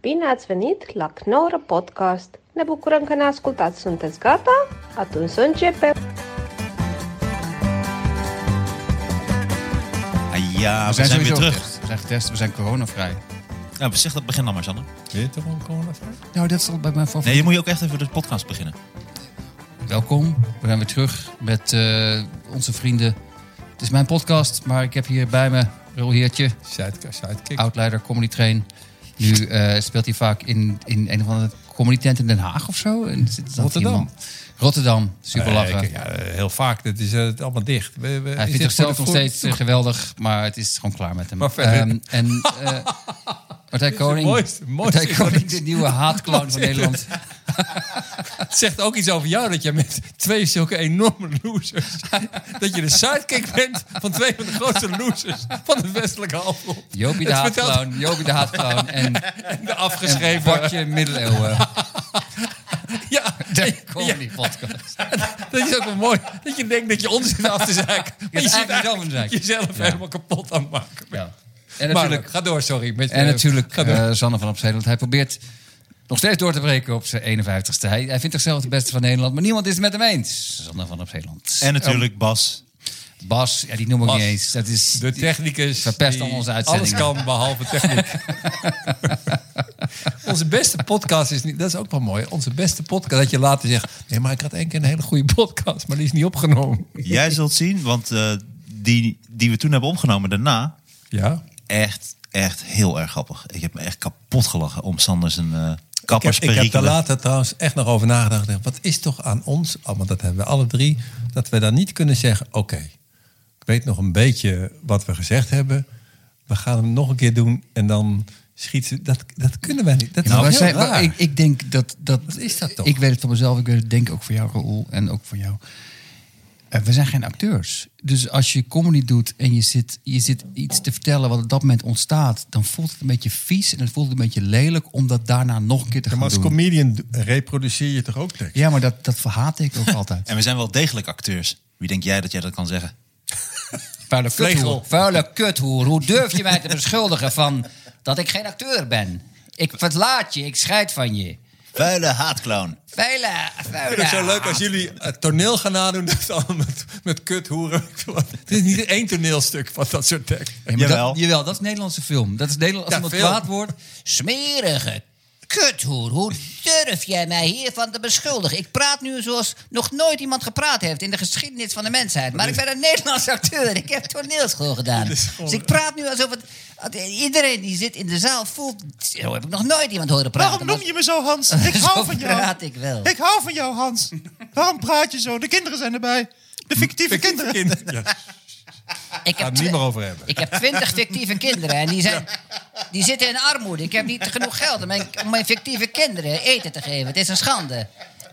Bine ați venit la Knorr Podcast! Ne bucurăm că ne ascultați. Sunteți gata? Atunci să începem! Ja, we zijn weer terug. We zijn getest, we zijn coronavrij. Nou, zeg dat, begin dan maar, Sanne. Ben je toch een coronavrij? Nou, dat is al bij mijn favoriet. Nee, je moet je ook echt even de podcast beginnen. Welkom, we zijn weer terug met onze vrienden. Het is mijn podcast, maar ik heb hier bij me Roel Heertje, Sidekick. oud-leider Comedy Train. Nu speelt hij vaak in een of andere comedy tent in Den Haag of zo. En Rotterdam, super lachen. Heel vaak, dat is allemaal dicht. Hij vindt zichzelf nog steeds geweldig, maar het is gewoon klaar met hem. Martijn Koning, Martijn Koning, de nieuwe haatclown van Nederland. Het zegt ook iets over jou, dat je met twee zulke enorme losers... dat je de sidekick bent van twee van de grootste losers van de westelijke halfrond. Jopie de haatclown en de afgeschreven... Bartje middeleeuwen. Ja, de comedy podcast. Dat is ook wel mooi. Dat je denkt dat je ons zit af te zeiken. Maar je zit eigenlijk jezelf helemaal kapot aan het maken. Ja. En natuurlijk, ga door, sorry. Sanne van Opzeeland. Hij probeert nog steeds door te breken op zijn 51ste. Hij vindt zichzelf de beste van Nederland, maar niemand is het met hem eens. Sanne van Opzeeland. En natuurlijk Bas, ja, die noem ik niet eens. Dat is de technicus. Verpest al onze uitzendingen. Alles kan behalve techniek. Onze beste podcast is niet... Dat is ook wel mooi. Onze beste podcast. Dat je later zegt... Nee, maar ik had één keer een hele goede podcast. Maar die is niet opgenomen. Jij zult zien, want die we toen hebben opgenomen daarna... Ja. Echt heel erg grappig. Ik heb me echt kapot gelachen om Sanders een kappersperikelen. Ik heb daar later trouwens echt nog over nagedacht. Wat is toch aan ons, want dat hebben we alle drie... dat we dan niet kunnen zeggen... Oké, ik weet nog een beetje wat we gezegd hebben. We gaan hem nog een keer doen en dan... Dat kunnen wij niet. Dat is heel raar. Ik denk dat... Wat is dat toch? Ik weet het van mezelf, ik weet het denk ook voor jou, Raoul, en ook voor jou. We zijn geen acteurs. Dus als je comedy doet en je zit iets te vertellen wat op dat moment ontstaat... dan voelt het een beetje vies en het voelt een beetje lelijk... om dat daarna nog een keer te gaan doen. Maar als comedian reproduceer je toch ook tekst? Ja, maar dat verhaat ik ook altijd. En we zijn wel degelijk acteurs. Wie denk jij dat jij dat kan zeggen? Vuile kuthoer. Hoe durf je mij te beschuldigen van dat ik geen acteur ben? Ik verlaat je, ik scheid van je. Vuile haatclown. Vuile. Ik vind het zo leuk als jullie het toneel gaan nadoen... dat allemaal met kuthoeren. Het is niet één toneelstuk van dat soort tekst. Ja, jawel, dat is Nederlandse film. Dat is Nederland als iemand kwaad wordt. Smerige kuthoer, hoe durf jij mij hiervan te beschuldigen? Ik praat nu zoals nog nooit iemand gepraat heeft... in de geschiedenis van de mensheid. Maar ik ben een Nederlandse acteur. Ik heb toneelschool gedaan. Dus ik praat nu alsof iedereen die zit in de zaal voelt... Zo heb ik nog nooit iemand horen praten. Waarom noem je me zo, Hans? Ik hou van jou. Praat ik wel. Ik hou van jou, Hans. Waarom praat je zo? De kinderen zijn erbij. De fictieve kinderen. Ja. Ik heb niet meer over hebben. Ik heb 20 fictieve kinderen en die zitten in armoede. Ik heb niet genoeg geld om mijn fictieve kinderen eten te geven. Het is een schande.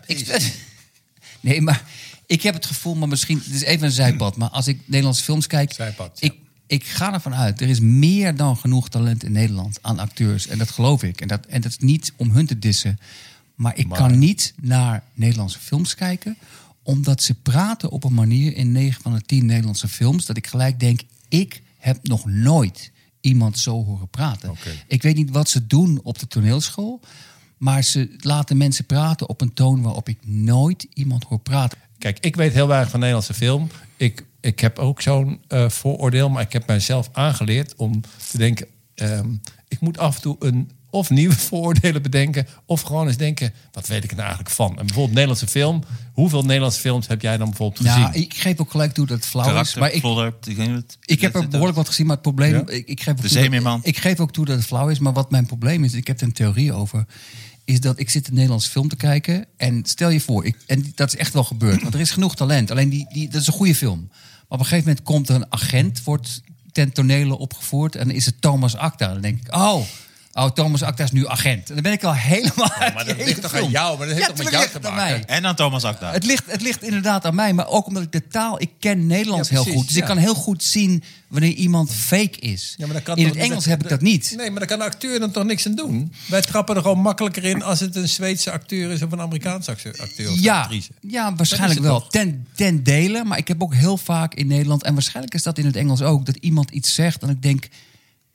Nee, maar ik heb het gevoel, maar misschien... Het is even een zijpad, maar als ik Nederlandse films kijk... Ik ga ervan uit, er is meer dan genoeg talent in Nederland aan acteurs. En dat geloof ik. En dat is niet om hun te dissen. Maar ik kan niet naar Nederlandse films kijken... omdat ze praten op een manier in 9 van de 10 Nederlandse films... dat ik gelijk denk, ik heb nog nooit iemand zo horen praten. Okay. Ik weet niet wat ze doen op de toneelschool... maar ze laten mensen praten op een toon waarop ik nooit iemand hoor praten. Kijk, ik weet heel weinig van Nederlandse film. Ik heb ook zo'n vooroordeel, maar ik heb mijzelf aangeleerd om te denken... ik moet af en toe of nieuwe vooroordelen bedenken... of gewoon eens denken, wat weet ik er nou eigenlijk van? En bijvoorbeeld Nederlandse film. Hoeveel Nederlandse films heb jij dan bijvoorbeeld gezien? Nou, ik geef ook gelijk toe dat het flauw is. Maar ik heb er behoorlijk wat gezien, maar het probleem... Ja? Ik geef ook toe dat het flauw is, maar wat mijn probleem is... ik heb er een theorie over... is dat ik zit een Nederlandse film te kijken... en stel je voor, en dat is echt wel gebeurd... want er is genoeg talent, alleen dat is een goede film. Maar op een gegeven moment komt er een agent... wordt ten tonele opgevoerd en dan is het Thomas Acta. Dan denk ik, Thomas Acta is nu agent. En dan ben ik al helemaal maar dat ligt toch aan jou? Maar dat heeft toch met jou te maken? En aan Thomas Acta. Het ligt inderdaad aan mij. Maar ook omdat ik de taal... Ik ken Nederlands heel goed. Dus ik kan heel goed zien wanneer iemand fake is. Ja, maar in het Engels heb ik dat niet. Nee, maar daar kan een acteur dan toch niks aan doen? Wij trappen er gewoon makkelijker in... als het een Zweedse acteur is of een Amerikaanse acteur of actrice. Ja, waarschijnlijk wel. Ten dele. Maar ik heb ook heel vaak in Nederland... en waarschijnlijk is dat in het Engels ook... dat iemand iets zegt en ik denk...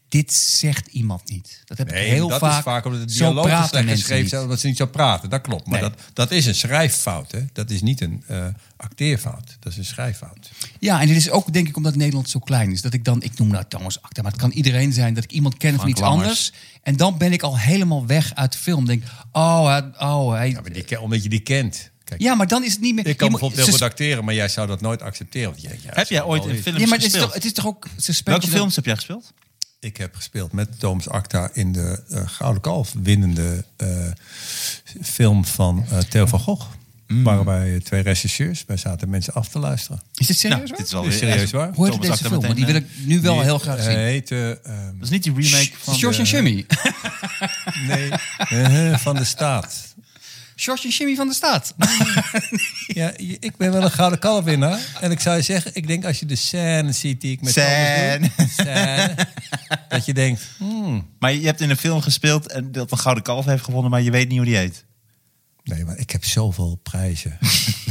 dit zegt iemand niet. Dat heb ik Nee, heel dat vaak. is vaak omdat de zo dialogen praten slecht mensen geschreven niet. zijn, omdat ze niet zo praten. Dat klopt. Maar Nee. dat is een schrijffout. Hè? Dat is niet een acteerfout. Dat is een schrijffout. Ja, en dit is ook denk ik omdat Nederland zo klein is. Dat ik noem nou Thomas Acta, maar het kan iedereen zijn dat ik iemand ken van Frank iets Lammers. anders. En dan ben ik al helemaal weg uit de film. Denk, hij. Ja, maar omdat je die kent. Kijk, Ja, maar dan is het niet meer. ik kan je moet- bijvoorbeeld heel ze- goed acteren, maar jij zou dat nooit accepteren. Want Heb jij ooit in films Ja, maar het gespeeld? is toch ook suspension. Welke films heb jij gespeeld? Ik heb gespeeld met Thomas Acta in de Gouden Kalf winnende film van Theo van Gogh. Waren wij 2 regisseurs. Wij zaten mensen af te luisteren. Is het serieus? Nou, waar? dit is wel Is weer serieus echt- waar? Hoe heet Thomas deze Acta film? Want die meteen, wil ik nu wel heel graag zien. Heette, Dat is niet die remake van... George en Jimmy. van de staat. George en Jimmy van de Staat. Ja, ik ben wel een Gouden Kalf winnaar. En ik zou je zeggen, ik denk als je de scène ziet die ik met Scène. Thomas doe. Scène. Dat je denkt, Maar je hebt in een film gespeeld en dat een Gouden Kalf heeft gewonnen, maar je weet niet hoe die heet. nee, maar ik heb zoveel prijzen.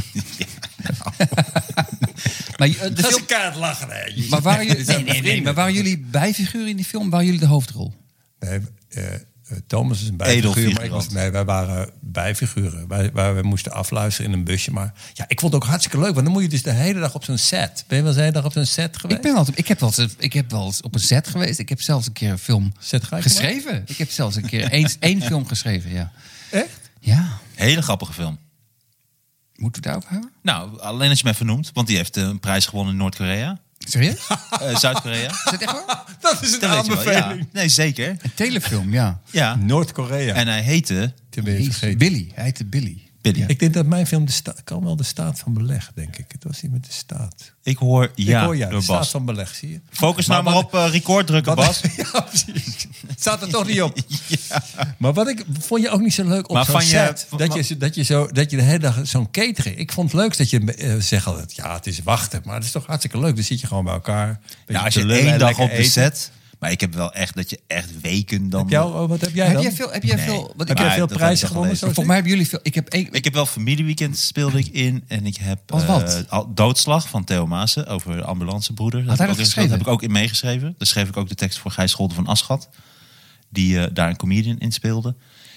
Maar de film. kaart lachen, hè. Maar waren jullie, nee, maar waren jullie bijfiguren in die film? Waren jullie de hoofdrol? Nee, Thomas is een bijfiguur, maar Edelfigurant. wij waren bijfiguren. Wij moesten afluisteren in een busje. Maar ja, ik vond het ook hartstikke leuk, want dan moet je dus de hele dag op zo'n set. Ben je wel eens de hele dag op zo'n set geweest? Ik heb wel eens op een set geweest. Ik heb zelfs een keer een film Set ga je geschreven. Ik heb zelfs een keer één film geschreven, ja. Echt? Ja, Hele grappige film. moeten we het daarover hebben? Nou, alleen als je hem even noemt, want die heeft een prijs gewonnen in Noord-Korea. Serieus? Zuid-Korea. Is dat echt waar? Dat is een Dat weet je wel, ja. aanbeveling. Nee, zeker. Een telefilm, ja. Ja. Noord-Korea. En hij heette Toen ben je Jezus, vergeten. Billy. Hij heette Billy. Billy. Ik denk dat mijn film kan wel de staat van beleg, denk ik. Het was niet met de staat. Ik hoor ja, ik hoor door de staat Bas. van beleg, zie je? Focus nou maar op record drukken, Bas. Ja, precies. Het staat er toch niet op. Maar vond je ook niet zo leuk op Maar zo'n van je- set? van- Dat je de hele dag zo'n catering... Ik vond het leuk dat je zegt altijd... Ja, het is wachten, maar het is toch hartstikke leuk. Dan zit je gewoon bij elkaar. Ja, als je 1 dag op de set... Maar ik heb wel echt dat je echt weken dan... Wat heb jij Heb dan? jij veel... Heb jij veel wat Heb ik, jij veel dat prijzen heb ik al gewonnen? gelezen. volgens mij hebben jullie veel... Ik heb wel Familieweekend speelde ik in. En ik heb Wat? Doodslag van Theo Maassen over de ambulancebroeder. Had hij dat heb ik ook geschreven? heb ik ook in meegeschreven. Daar schreef ik ook de tekst voor Gijs Scholten van Aschat. Die daar een comedian in speelde.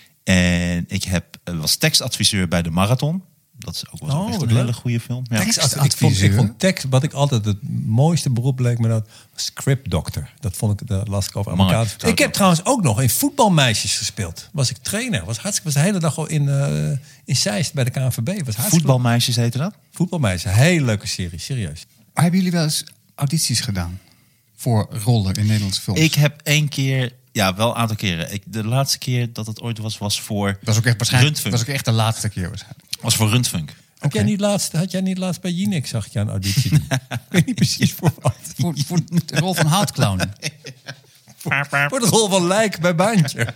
En ik was tekstadviseur bij de Marathon. Dat is ook wel echt wat een hele leuk. goede film. Ja. Ik vond tekst, wat ik altijd het mooiste beroep leek me dat, was scriptdoctor. Dat las ik over Mark, Amerikaans. vertel Ik heb het trouwens ook nog in voetbalmeisjes gespeeld. Was ik trainer. Was de hele dag al in Zeist bij de KNVB. Was hartstikke Voetbalmeisjes heette dat? leuk. Voetbalmeisjes. Hele leuke serie, serieus. Maar hebben jullie wel eens audities gedaan? Voor rollen in Nederlandse films? Ik heb 1 keer... Ja, wel een aantal keren. De laatste keer dat het ooit was voor Dat was ook echt waarschijnlijk... Rundfunk. Dat was ook echt de laatste keer waarschijnlijk. Was voor Rundfunk. Had jij niet laatst bij Jinek, zag ik je aan auditie doen? Ik weet niet precies voor wat. Voor de rol van houtclown. Voor de rol van Lijk bij Baantje.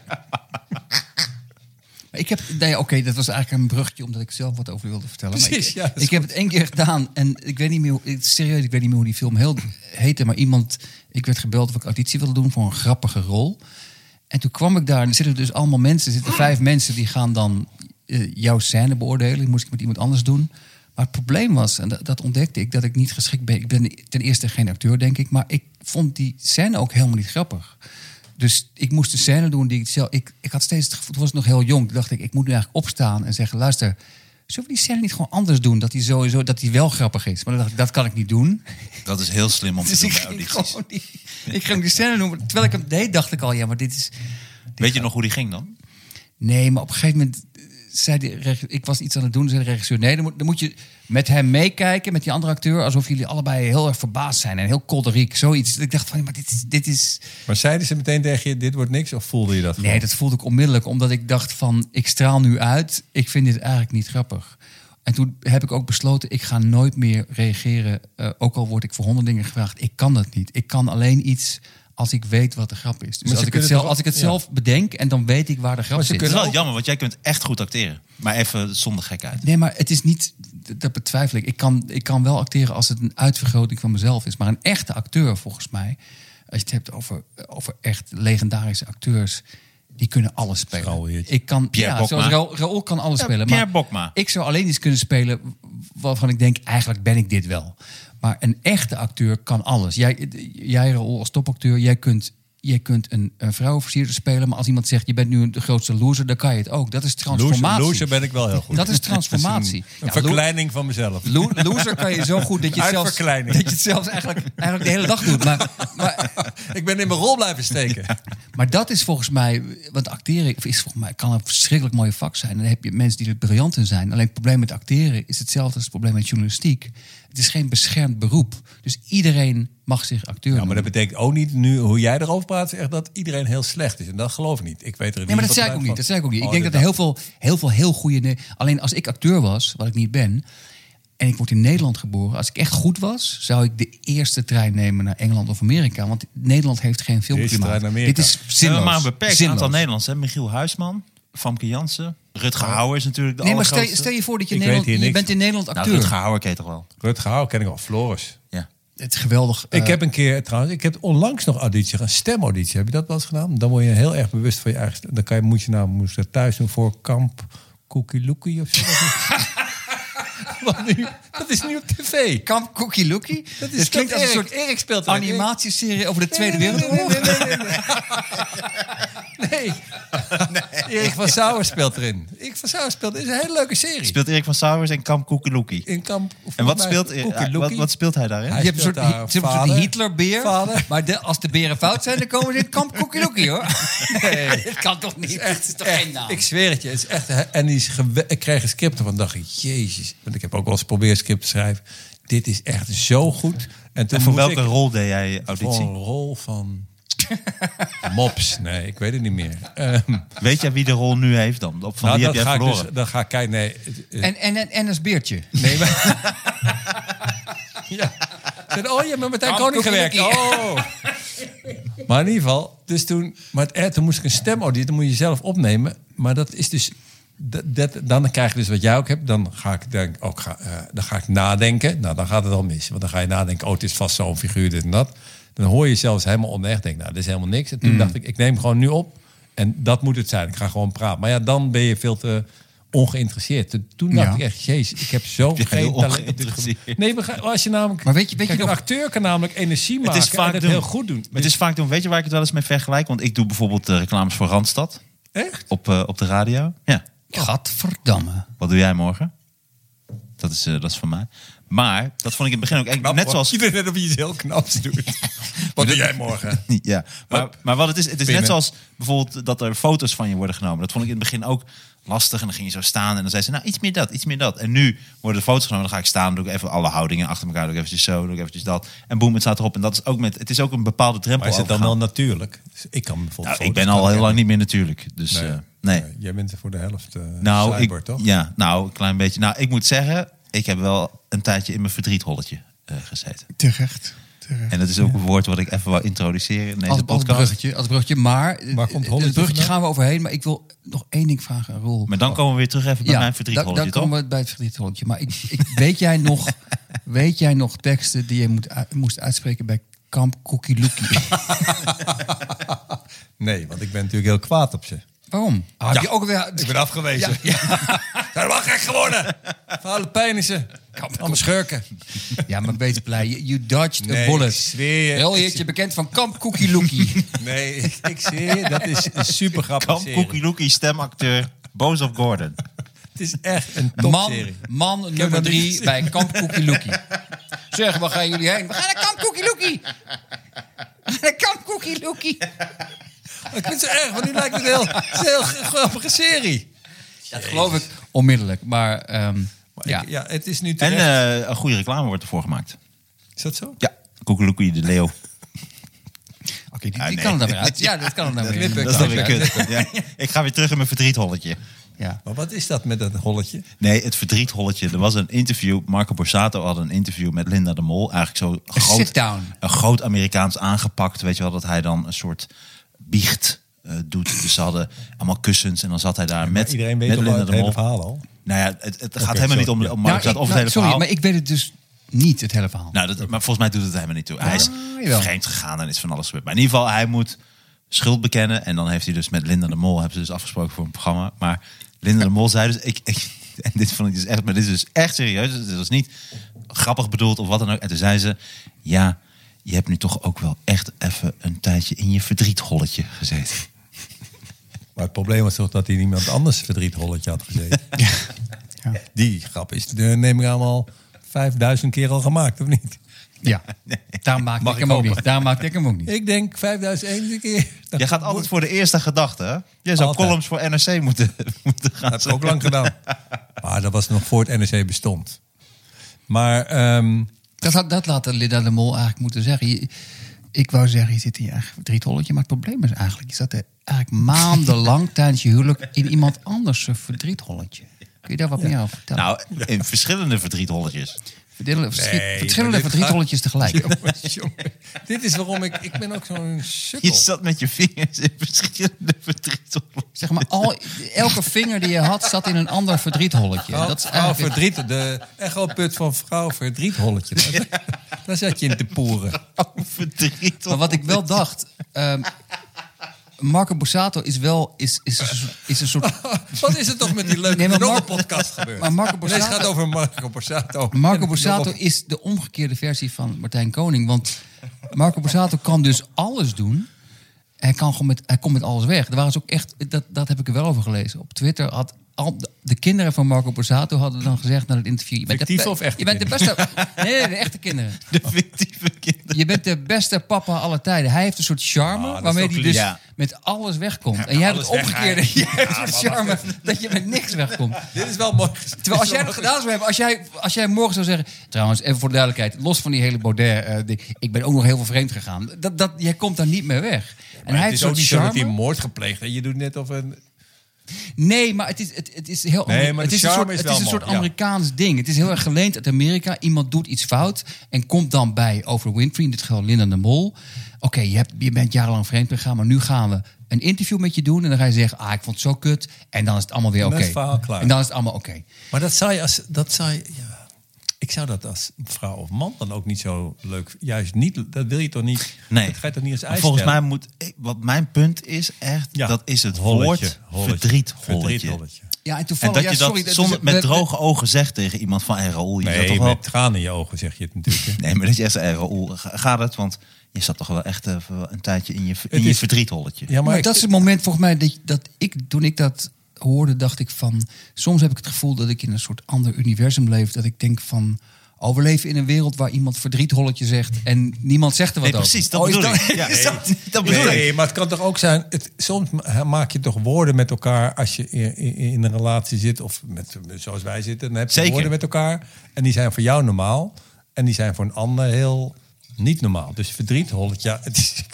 Ik heb, oké, dat was eigenlijk een bruggetje omdat ik zelf wat over wilde vertellen. Maar Precies, ja, dat is ik heb het 1 keer gedaan en ik weet niet meer, serieus, ik weet niet meer hoe die film heette, maar ik werd gebeld of ik auditie wilde doen voor een grappige rol. En toen kwam ik daar en er zitten dus allemaal mensen, er zitten 5 mensen die gaan dan jouw scène beoordelen. Die moest ik met iemand anders doen. Maar het probleem was, en dat ontdekte ik, dat ik niet geschikt ben. Ik ben ten eerste geen acteur, denk ik, maar ik vond die scène ook helemaal niet grappig. Dus ik moest een scène doen die ik zelf... Ik had steeds het gevoel, toen was ik nog heel jong. Toen dacht ik moet nu eigenlijk opstaan en zeggen... luister, zullen we die scène niet gewoon anders doen? Dat die wel grappig is. Maar dan dacht ik, dat kan ik niet doen. Dat is heel slim om te Dus doen ik bij ging audities. gewoon ik ging die scène doen. Terwijl ik hem deed, dacht ik al... ja, maar dit is... Weet je nog hoe die ging dan? Nee, maar op een gegeven moment ik was iets aan het doen, zei de regisseur... nee, dan moet je met hem meekijken, met die andere acteur... alsof jullie allebei heel erg verbaasd zijn en heel kolderiek. Zoiets. Ik dacht van, maar dit is... Maar zeiden ze meteen tegen je, dit wordt niks? Of voelde je dat gewoon? Nee, dat voelde ik onmiddellijk. Omdat ik dacht van, ik straal nu uit. Ik vind dit eigenlijk niet grappig. En toen heb ik ook besloten, ik ga nooit meer reageren. Ook al word ik voor 100 dingen gevraagd. Ik kan dat niet. Ik kan alleen iets als ik weet wat de grap is. Dus als ik het zelf bedenk en dan weet ik waar de grap zit. Het is wel jammer, want jij kunt echt goed acteren. Maar even zonder gekheid. Nee, maar het is niet... Dat betwijfel ik. Ik kan wel acteren als het een uitvergroting van mezelf is. Maar een echte acteur, volgens mij... als je het hebt over echt legendarische acteurs... die kunnen alles spelen. Straalweertje. Ik kan... Pierre ja, Bokma. zoals Raoul kan alles spelen. Pierre Maar Bokma. ik zou alleen iets kunnen spelen... waarvan ik denk, eigenlijk ben ik dit wel. Maar een echte acteur kan alles. Jij Raoul, als topacteur... jij kunt je kunt een vrouwenversierder spelen... maar als iemand zegt, je bent nu de grootste loser... dan kan je het ook. Dat is transformatie. Loser ben ik wel heel goed. Dat is transformatie. Een verkleining van mezelf. Loser kan je zo goed dat je het zelfs eigenlijk de hele dag doet. Maar Ik ben in mijn rol blijven steken. Maar dat is volgens mij... Want acteren kan een verschrikkelijk mooie vak zijn. En dan heb je mensen die er briljant in zijn. Alleen het probleem met acteren is hetzelfde als het probleem met journalistiek. Het is geen beschermd beroep. Dus iedereen mag zich acteur Ja, noemen. maar dat betekent ook niet, nu hoe jij erover praat... is echt dat iedereen heel slecht is. En dat geloof ik niet. Ik weet er Nee, maar dat zei ik ook niet. Ik denk dat er heel veel heel goede... Alleen als ik acteur was, wat ik niet ben... en ik word in Nederland geboren... als ik echt goed was, zou ik de eerste trein nemen naar Engeland of Amerika. Want Nederland heeft geen filmklimaat. Amerika. Dit is We hebben zinloos. maar een beperkt Zinloos. aantal Nederlands. Hè? Michiel Huisman, Famke Jansen, Rutger Hauer is natuurlijk de Nee, maar allergrootste. stel je voor dat je, Ik Nederland, weet hier je niks bent in Nederland Nou, acteur. Rutger Hauer ken je toch wel? Rutger Hauer ken ik al. Floris. Ja. Het is geweldig. Ik heb een keer trouwens, ik heb onlangs nog auditie, een stemauditie. Heb je dat wel eens gedaan? Dan word je heel erg bewust van je eigen stem. Dan moet je dat thuis doen voor Kamp Koekie of zo. Wat nu? Dat is nu op tv. Kamp Cookie Lookie. Het klinkt als een soort Erik speelt animatieserie over de Tweede Wereldoorlog. Nee. Erik van Sauer speelt erin. Erik van Sauer speelt. Het is een hele leuke serie. Speelt Erik van Sauers en Kamp Koekeloekie. In Kamp. En wat speelt hij daarin? Hij Je hebt speelt daar een soort vader. Hitlerbeer. Vader. Maar als de beren fout zijn, dan komen ze in Kamp Cookie Lookie, hoor. Nee, dat kan toch niet? Het is toch geen naam? Ik zweer het je. Het is echt, en ik kreeg een script ervan. Dacht ik, jezus. Want ik heb ook wel eens geprobeerd script te schrijven. Dit is echt zo goed. En toen En voor moest welke rol deed jij Voor auditie? een rol van Mops. Nee, ik weet het niet meer. Weet jij wie de rol nu heeft dan? Van wie heb jij verloren? Dan ga ik kijken. Nee, En als beertje. nee maar... ja. Oh, je hebt met Martijn Koning gewerkt. Oh. Maar in ieder geval, dus toen moest ik een stemauditie. Dan moet je jezelf opnemen. Maar dat is dus... Dan krijg je dus wat jij ook hebt. Dan ga ik nadenken. Nou, dan gaat het al mis. Want dan ga je nadenken, het is vast zo'n figuur, dit en dat. Dan hoor je zelfs helemaal onecht. Denk, nou, dit is helemaal niks. En toen dacht ik neem hem gewoon nu op. En dat moet het zijn. Ik ga gewoon praten. Maar ja, dan ben je veel te ongeïnteresseerd. Toen dacht ik echt, jezus, ik heb zo geen talent. Nee, als je namelijk... Maar weet je een nog... acteur kan namelijk energie maken Het is vaak en het doen. heel goed doen. Het is vaak doen. Weet je waar ik het wel eens mee vergelijk? Want ik doe bijvoorbeeld reclames voor Randstad. Echt? Op de radio. Ja. Gadverdamme. Wat doe jij morgen? Dat is van mij. Maar dat vond ik in het begin ook echt net zoals... Iedereen net of je iets heel knaps doet. Wat doe jij morgen? Ja, maar wat het is net zoals bijvoorbeeld dat er foto's van je worden genomen. Dat vond ik in het begin ook lastig. En dan ging je zo staan en dan zei ze, nou, iets meer dat. En nu worden de foto's genomen, dan ga ik staan, doe ik even alle houdingen achter elkaar, doe ik eventjes zo, doe ik eventjes dat. En boem, het staat erop. En dat is ook het is ook een bepaalde drempel. Maar is het dan wel overgaan. natuurlijk? Dus ik kan bijvoorbeeld... Nou, ik ben al heel lang niet meer natuurlijk. Dus nee. Jij bent er voor de helft Nou, toch? Ja, nou, een klein beetje. Nou, ik moet zeggen, ik heb wel een tijdje in mijn verdrietholletje gezeten. Terecht. En dat is ook een woord wat ik even wou introduceren in deze Als podcast. bruggetje. Maar Waar komt het Holletje bruggetje vandaan? gaan we overheen. Maar ik wil nog één ding vragen, Roel. Maar dan komen we weer terug even bij mijn verdrietholletje, dan toch? komen we bij het verdrietholletje. Maar weet jij nog teksten die je moest uitspreken bij Kamp Cookie Lookie? Nee, want ik ben natuurlijk heel kwaad op ze. Waarom? Heb je ook weer... Ik ben afgewezen. Ja. Zijn wel gek geworden. Vuile penissen. Allemaal schurken. Ja, maar wees blij. You dodged a Nee, bullet. ik zweer je. Roljeertje bekend van Kamp Cookie Lookie. Nee, ik zweer je, dat is een super grappige Kamp serie. Cookie Lookie, stemacteur, Boos op Gordon. Het is echt een topserie. Man nummer dat 3 niet bij Kamp Cookie Lookie. Zeg, waar gaan jullie heen? We gaan naar Kamp Cookie Lookie. Naar Kamp Cookie Lookie. Ik vind het zo erg, want nu lijkt het een heel grappige serie. Dat geloof ik onmiddellijk. Maar ja. Ja, het is nu En terecht. een goede reclame wordt ervoor gemaakt. Is dat zo? Ja, Koekeloekie de Leeuw. Oké, die nee. kan er dan weer uit. Ja, dat kan er dan weer. Dat is dan weer kut. Ja. Ik ga weer terug in mijn verdrietholletje. Ja. Maar wat is dat met dat holletje? Nee, het verdrietholletje. Er was een interview. Marco Borsato had een interview met Linda de Mol. Eigenlijk zo sit-down. een groot Amerikaans aangepakt. Weet je wel, dat hij dan een soort biecht doet. Dus ze hadden allemaal kussens. En dan zat hij daar met Iedereen weet met al Linda het de hele Mol. verhaal al. Nou ja, het gaat helemaal niet om Marco Borsato of het hele sorry, verhaal. maar ik weet het dus niet, het hele verhaal. Nou, maar volgens mij doet het helemaal niet toe. Hij is jawel. vreemd gegaan en is van alles gebeurd. Maar in ieder geval, hij moet schuld bekennen. En dan heeft hij dus met Linda de Mol, hebben ze dus afgesproken voor een programma. Maar Linda de Mol zei dus, en dit vond ik dus echt, maar dit is dus echt serieus. Het was niet grappig bedoeld of wat dan ook. En toen zei ze, ja, je hebt nu toch ook wel echt even een tijdje in je verdrietholletje gezeten. Maar het probleem was toch dat hij niemand anders verdrietholletje had gezeten. Ja. Die grap is, neem ik allemaal 5000 keer al gemaakt, of niet? Ja, daar maakte Mag ik ik hem ook hopen. niet. Daar maakte ik hem ook niet. Ik denk 5001 keer. Jij gaat altijd voor de eerste gedachte, hè? Jij zou Altijd. columns voor NRC moeten gaan Dat heb ik ook lang gedaan. Maar dat was nog voor het NRC bestond. Maar Dat laat Linda de Mol eigenlijk moeten zeggen. Ik wou zeggen, je zit in je eigen verdrietholletje. Maar het probleem is eigenlijk, je zat er eigenlijk maandenlang tijdens je huwelijk in iemand anders verdrietholletje. Kun je daar wat meer over vertellen? Nou, in verschillende verdrietholletjes. Verschillende verdrietholletjes tegelijk. jongen, dit is waarom ik ben ook zo'n sukkel. Je zat met je vingers in verschillende verdrietholletjes. Zeg maar, elke vinger die je had, zat in een ander verdrietholletje. Dat is Vrouw eigenlijk... verdriet, de echoput van vrouw verdrietholletje. Daar zat je in te poeren. Verdrietholletje. Maar wat ik wel dacht... Marco Borsato is een soort... Wat is er toch met die leuke Nee, maar podcast gebeurd? maar Marco Nee, het Borsato- gaat over Marco Borsato. Marco Borsato is de omgekeerde versie van Martijn Koning. Want Marco Borsato kan dus alles doen. Hij komt met alles weg. Er waren ze ook echt, dat heb ik er wel over gelezen. Op Twitter had de kinderen van Marco Borsato hadden dan gezegd na het interview... Je bent Fictieve of echte Je bent de beste... Nee, de echte kinderen. De fictieve kinderen. Je bent de beste papa aller tijden. Hij heeft een soort charme dat is waarmee toch hij lief. dus Ja. met alles wegkomt. En jij hebt het alles omgekeerde. Jij hebt een soort charme dat je met niks wegkomt. Dit is wel mooi. Terwijl als jij dat gedaan zou hebben, als jij morgen zou zeggen... Trouwens, even voor de duidelijkheid, los van die hele Baudet... ik ben ook nog heel veel vreemd gegaan. Jij komt daar niet meer weg. En hij het heeft is een ook soort niet zo dat hij charme. een moord gepleegd heeft. Je doet net of een... Nee, maar het is heel... Nee, maar het de is een charme soort, is het wel is een soort mooi, ja. Amerikaans ding. Het is heel erg geleend uit Amerika. Iemand doet iets fout en komt dan bij Oprah Winfrey. In dit geval Linda de Mol. Oké, je bent jarenlang vreemd gegaan, maar nu gaan we een interview met je doen. En dan ga je zeggen, ik vond het zo kut. En dan is het allemaal weer dan oké. is het verhaal klaar. En dan is het allemaal oké. Maar ik zou dat als vrouw of man dan ook niet zo leuk... Juist niet, dat wil je toch niet... Nee. Dat ga je toch niet als Maar eis volgens mij stellen? wat mijn punt is echt, Ja. dat is het Holletje, woord verdrietholletje. verdrietholletje. Ja, en En toevallig... dat je dat zonder, met droge ogen zegt tegen iemand van... Raoul, je zat Nee, toch wel... met tranen in je ogen zeg je het natuurlijk. hè. Nee, maar dat je echt zegt, Raoul, gaat het? Want je zat toch wel echt een tijdje in je is- verdrietholletje. Ja, Maar dat is het moment volgens mij toen ik dat hoorde, dacht ik van... Soms heb ik het gevoel dat ik in een soort ander universum leef. Dat ik denk van... we leven in een wereld waar iemand verdrietholletje zegt... en niemand zegt er wat Nee, over. precies, dat is bedoel ik. Ja, dat bedoel ik. Nee, maar het kan toch ook zijn... soms maak je toch woorden met elkaar... als je in een relatie zit... of zoals wij zitten... dan heb je Zeker. woorden met elkaar... en die zijn voor jou normaal... en die zijn voor een ander heel niet normaal. Dus verdrietholletje... Ja, het is,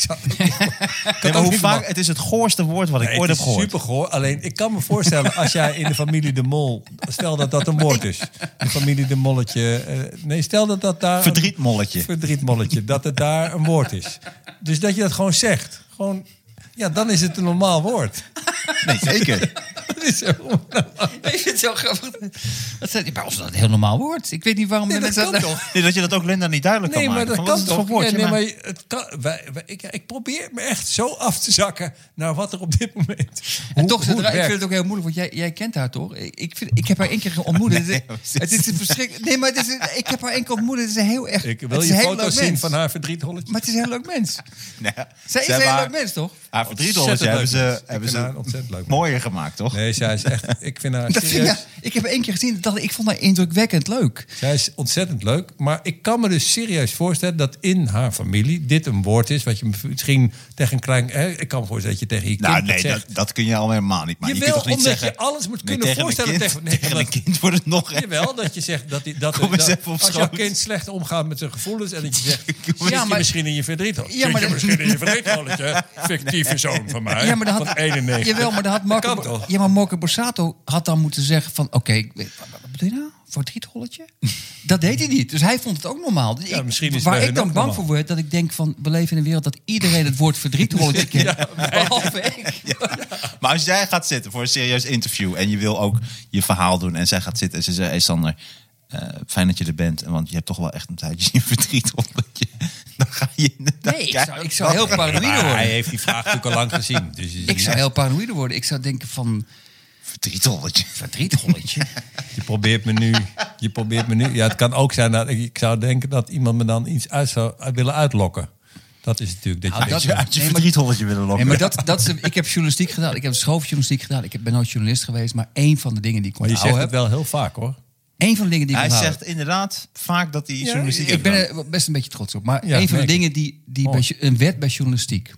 Nee, maar hoe vaak, het is het goorste woord wat ik ooit heb gehoord. Super goor. Alleen, ik kan me voorstellen... als jij in de familie de Mol... stel dat een woord is. De familie de Molletje... stel dat daar... Verdrietmolletje. Verdrietmolletje. Dat het daar een woord is. Dus dat je dat gewoon zegt. Gewoon... Ja, dan is het een normaal woord. Nee, zeker. Dat is zo. Ik vind het zo grappig. Bij ons is dat een heel normaal woord. Ik weet niet waarom... Nee, dat mensen kan toch? Nee, dat je dat ook Linda niet duidelijk Nee, kan maar maken. dat Van, kan wat is het toch? voor woord? Ja, nee, Ja, maar- maar het kan, ik probeer me echt zo af te zakken naar wat er op dit moment. En toch, hoe het ik vind werkt. het ook heel moeilijk, want jij kent haar toch? Ik heb haar één keer ontmoet. Het is een verschrikkelijk... Nee, maar ik heb haar één keer ontmoet. Het is een heel echt... Ik wil het is je een heel foto's leuk zien mens. van haar verdrietholletje. Maar het is een heel leuk mens. Nee, Zij is ze een heel hebben leuk mens, toch? Haar verdrietholletje hebben Ontzettend ze, leuk mens. Ik vind haar ontzettend leuk mens. mooier gemaakt, toch? Nee, zij is echt... Ik vind haar Dat vind serieus... ik heb haar één keer gezien. Ik vond haar indrukwekkend leuk. Zij is ontzettend leuk. Maar ik kan me dus serieus voorstellen dat in haar familie dit een woord is... wat je misschien tegen een klein... ik kan me voorstellen dat je tegen je kind Nou, dat nee, zegt. dat kun je al helemaal niet. Maar je Jawel, kunt toch niet omdat zeggen... je alles moet Nee, kunnen tegen voorstellen. Een kind, tegen een kind wordt het nog... Jawel, dat je zegt dat Kom eens even op als jouw schoot. kind slecht omgaat met zijn gevoelens... en dat je zegt, Kom zit eens- je misschien in je verdriet. Ja, maar Zit je misschien in je verdrietholletje? Fictieve zoon van mij, Ja, maar dat van had, 91. jawel, maar dat had kan Marco... toch? Ja, maar Marco Borsato had dan moeten zeggen van... Oké, wat bedoel je nou? Verdrietholletje? Dat deed hij niet. Dus hij vond het ook normaal. Dus Ja, misschien is het waar bij ik hun dan ook bang normaal. voor word... dat ik denk van... We leven in een wereld dat iedereen het woord verdrietholletje kent. Behalve ik. Maar als jij gaat zitten voor een serieus interview... en je wil ook je verhaal doen... en zij gaat zitten en ze zegt... Hey Sander, fijn dat je er bent... want je hebt toch wel echt een tijdje in verdrietholletje. Dan ga je inderdaad Nee, kijken. ik zou heel paranoïde Maar hij worden. heeft die vraag natuurlijk al lang gezien. Dus Ik zou heel paranoïde worden. Ik zou denken van... Verdrietholletje. Verdrietholletje. Je probeert me nu... Ja, het kan ook zijn dat ik zou denken dat iemand me dan iets uit zou willen uitlokken. Dat is natuurlijk dat je... dat- Uit je Nee, maar- verdrietholletje willen lokken. Nee, maar dat is, ik heb journalistiek gedaan. Ik heb schooljournalistiek gedaan. Ik ben nooit journalist geweest. Maar één van de dingen die ik Maar je zegt onthouden het heb... wel heel vaak, hoor. Één van de dingen die ik Hij onthouden zegt inderdaad vaak dat hij journalistiek Ik heeft ben gedaan. er best een beetje trots op. Maar Ja, een van de merk dingen die Mooi. een wet bij journalistiek.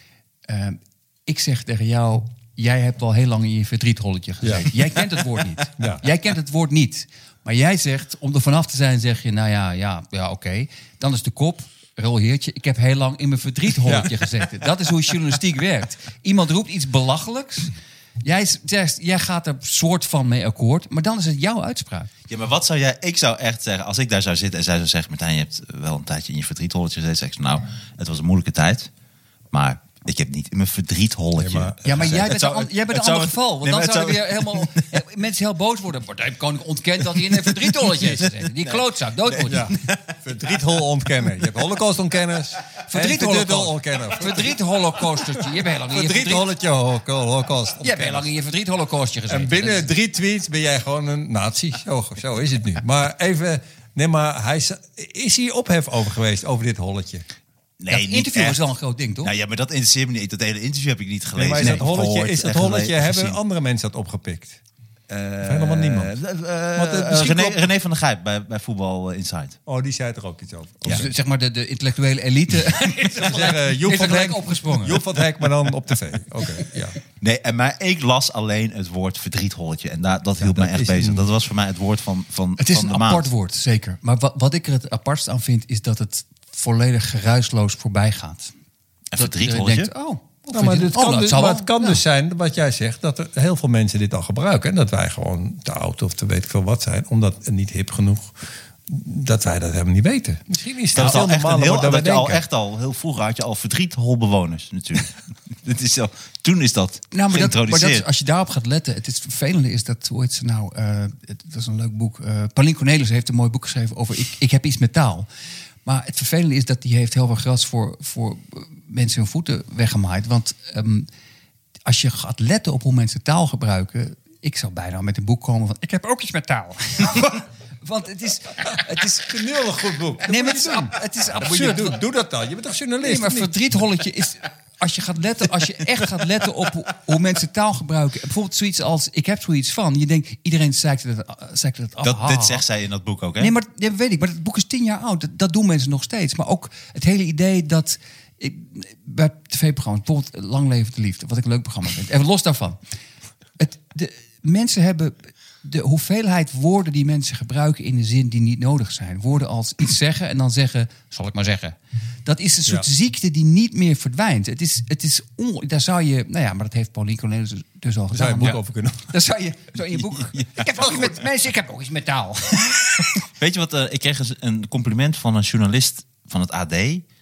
Ik zeg tegen jou, jij hebt al heel lang in je verdrietholletje gezeten. Ja. Jij kent het woord niet. Ja. Jij kent het woord niet. Maar jij zegt, om er vanaf te zijn, zeg je, nou ja, oké. Dan is de kop, rolheertje, ik heb heel lang in mijn verdrietholletje gezeten. Dat is hoe journalistiek werkt. Iemand roept iets belachelijks. Jij zegt, jij gaat er soort van mee akkoord. Maar dan is het jouw uitspraak. Ja, maar wat zou jij... Ik zou echt zeggen, als ik daar zou zitten en zij zou zeggen... Martijn, je hebt wel een tijdje in je verdrietholletje gezeten. Zeg ik, nou, het was een moeilijke tijd. Maar ik heb niet in mijn verdrietholletje... Nee, maar- Ja, maar jij bent zou- een het ander zou- geval. Want nee, dan maar het zouden zou- weer helemaal mensen heel boos worden. Martijn Koning ontkent dat hij in een verdrietholletje heeft gezeten. Die klootzak, dood moet hij. Verdriethol ontkennen. Je hebt holocaustontkenners. Verdrietholocaust. Verdrietholocaustje. Je hebt heel lang in je Verdrietholletje holocaust. Je hebt heel lang in je verdrietholocaustje gezeten. En binnen 3 tweets ben jij gewoon een nazi. Zo is het nu. Maar even... Nee, maar is hier ophef over geweest, over dit holletje? Ja, het interview echt. was wel een groot ding, toch? Nou ja, maar dat interesseert me niet. Dat hele interview heb ik niet gelezen. Nee, maar is dat Nee, holletje, gehoord is dat en holletje hebben gezien. andere mensen dat opgepikt? Helemaal niemand. Want het misschien René van der Gijp bij Voetbal Insight. Oh, die zei er ook iets over. Dus, zeg maar de intellectuele elite is er Zeggen, Joep is er van gelijk Hek opgesprongen. Joep van Hek, maar dan op tv. Oké, ja. Nee, maar ik las alleen het woord verdrietholletje. En dat hield mij dat echt is bezig. een- Dat was voor mij het woord van Het is van een de maand. apart woord, zeker. Maar wat ik er het apartst aan vind, is dat het volledig geruisloos voorbij gaat. Een Dat iedereen verdrietholletje? denkt, Nou, maar het kan ja. dus zijn, wat jij zegt, dat er heel veel mensen dit al gebruiken. En dat wij gewoon te oud of te weet ik veel wat zijn. Omdat niet hip genoeg, dat wij dat helemaal niet weten. Misschien is Dat dat is al veel echt een normaler heel, dan we dat je al denken. echt al heel vroeger had je al verdrietholbewoners natuurlijk. Dit is al, toen is dat Nou, maar geïntroduceerd. als je daarop gaat letten, het vervelende is dat, hoe heet ze nou, dat is een leuk boek. Paulien Cornelis heeft een mooi boek geschreven over ik heb iets met taal. Maar het vervelende is dat die heeft heel veel gras voor mensen hun voeten weggemaaid. Want als je gaat letten op hoe mensen taal gebruiken, ik zou bijna met een boek komen van ik heb ook iets met taal. Want het is een heel goed boek. nee, maar het is Dat moet je absurd. doen. Doe dat dan. Je bent toch journalist? Nee, maar of niet? verdrietholletje is... Als je echt gaat letten op hoe mensen taal gebruiken. Bijvoorbeeld zoiets als, ik heb zoiets van. Je denkt, iedereen zeikt het af. Dit zegt zij in dat boek ook, hè? Nee, maar dat weet ik. Maar het boek is 10 jaar oud. Dat doen mensen nog steeds. Maar ook het hele idee dat... bij tv-programma's, bijvoorbeeld Lang Leven de Liefde. Wat ik een leuk programma vind. Even los daarvan. Mensen hebben... De hoeveelheid woorden die mensen gebruiken in de zin die niet nodig zijn. Woorden als iets zeggen en dan zeggen, zal ik maar zeggen. Dat is een soort ziekte die niet meer verdwijnt. Daar zou je... Nou ja, maar dat heeft Paulien Cornelis dus al Daar zou je gedaan. een boek over kunnen. Daar zou je zo in je boek... Ik heb ook iets met taal. Weet je wat? Ik kreeg een compliment van een journalist van het AD.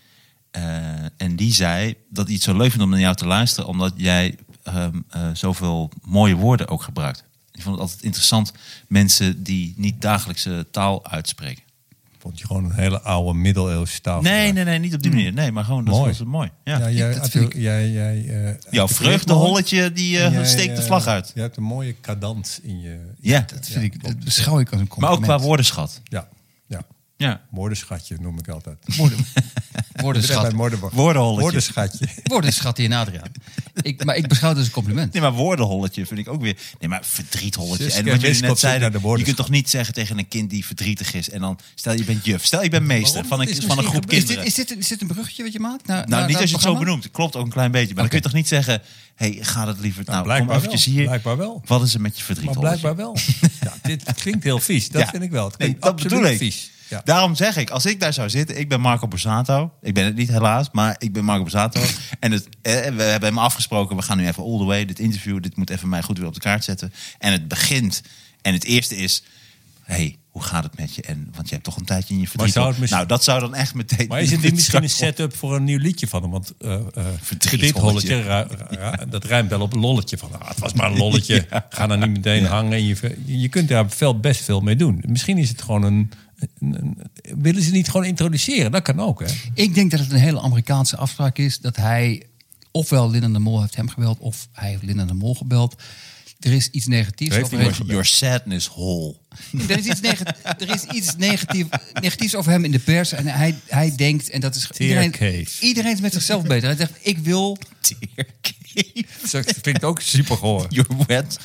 En die zei dat hij het zo leuk vindt om naar jou te luisteren, omdat jij zoveel mooie woorden ook gebruikt. Ik vond het altijd interessant, mensen die niet dagelijkse taal uitspreken. Vond je gewoon een hele oude middeleeuwse taal. Nee, niet op die manier. Nee, maar gewoon, dat Mooi. was het mooi. Ja. Ja, jij, dat vind ik- Jouw vreugdeholletje, die steekt de vlag uit. Je hebt een mooie cadans in je... Ja, Dat beschouw ik als een maar compliment. ook qua woordenschat. Ja. Ja. Woordenschatje noem ik altijd. Woordenschat. Woordenholletje. Woordenschatje. Woordenschat hier in Adriaan. Maar ik beschouw het als een compliment. Nee, maar woordenholletje vind ik ook weer... Nee, maar verdrietholletje. Suske En wat jullie Wiske op net zoek zeiden, naar de je woordenschat. kunt toch niet zeggen tegen een kind die verdrietig is... en dan, stel je bent juf, stel je bent meester van een groep kinderen. Is dit een bruggetje wat je maakt? Nou, niet als je het zo programma? benoemt. Klopt ook een klein beetje. Maar dan kun je toch niet zeggen... Hé, ga dat liever... Nou, kom blijkbaar eventjes wel. hier. Blijkbaar wel. Wat is er met je Maar verdrietholletje? blijkbaar wel. Ja, dit klinkt heel vies. Dat Ja. vind ik wel. Het Nee, klinkt dat absoluut bedoel ik. vies. Ja. Daarom zeg ik, als ik daar zou zitten... Ik ben Marco Borsato. Ik ben het niet helaas, maar ik ben Marco Borsato. En we hebben hem afgesproken... We gaan nu even all the way, dit interview. Dit moet even mij goed weer op de kaart zetten. En het begint. En het eerste is... Hey, hoe gaat het met je? Want je hebt toch een tijdje in je verdriet. zou het misschien- Nou, dat zou dan echt meteen... Maar is het niet misschien een setup voor een nieuw liedje van hem? Want verdrietholletje, dat rijmt wel op een lolletje. Van, het was maar een lolletje. Ga dan niet meteen hangen. Je kunt daar best veel mee doen. Misschien is het gewoon willen ze niet gewoon introduceren? Dat kan ook, hè? Ik denk dat het een hele Amerikaanse afspraak is. Dat hij, ofwel Linda de Mol heeft hem gebeld... of hij heeft Linda de Mol gebeld. er is iets negatiefs over hem. Your sadness hole. Er is iets negatiefs over hem in de pers. En hij denkt, en dat is... Iedereen is met zichzelf bezig. Hij zegt, ik wil... Dat vind ik ook super goor. You're wet.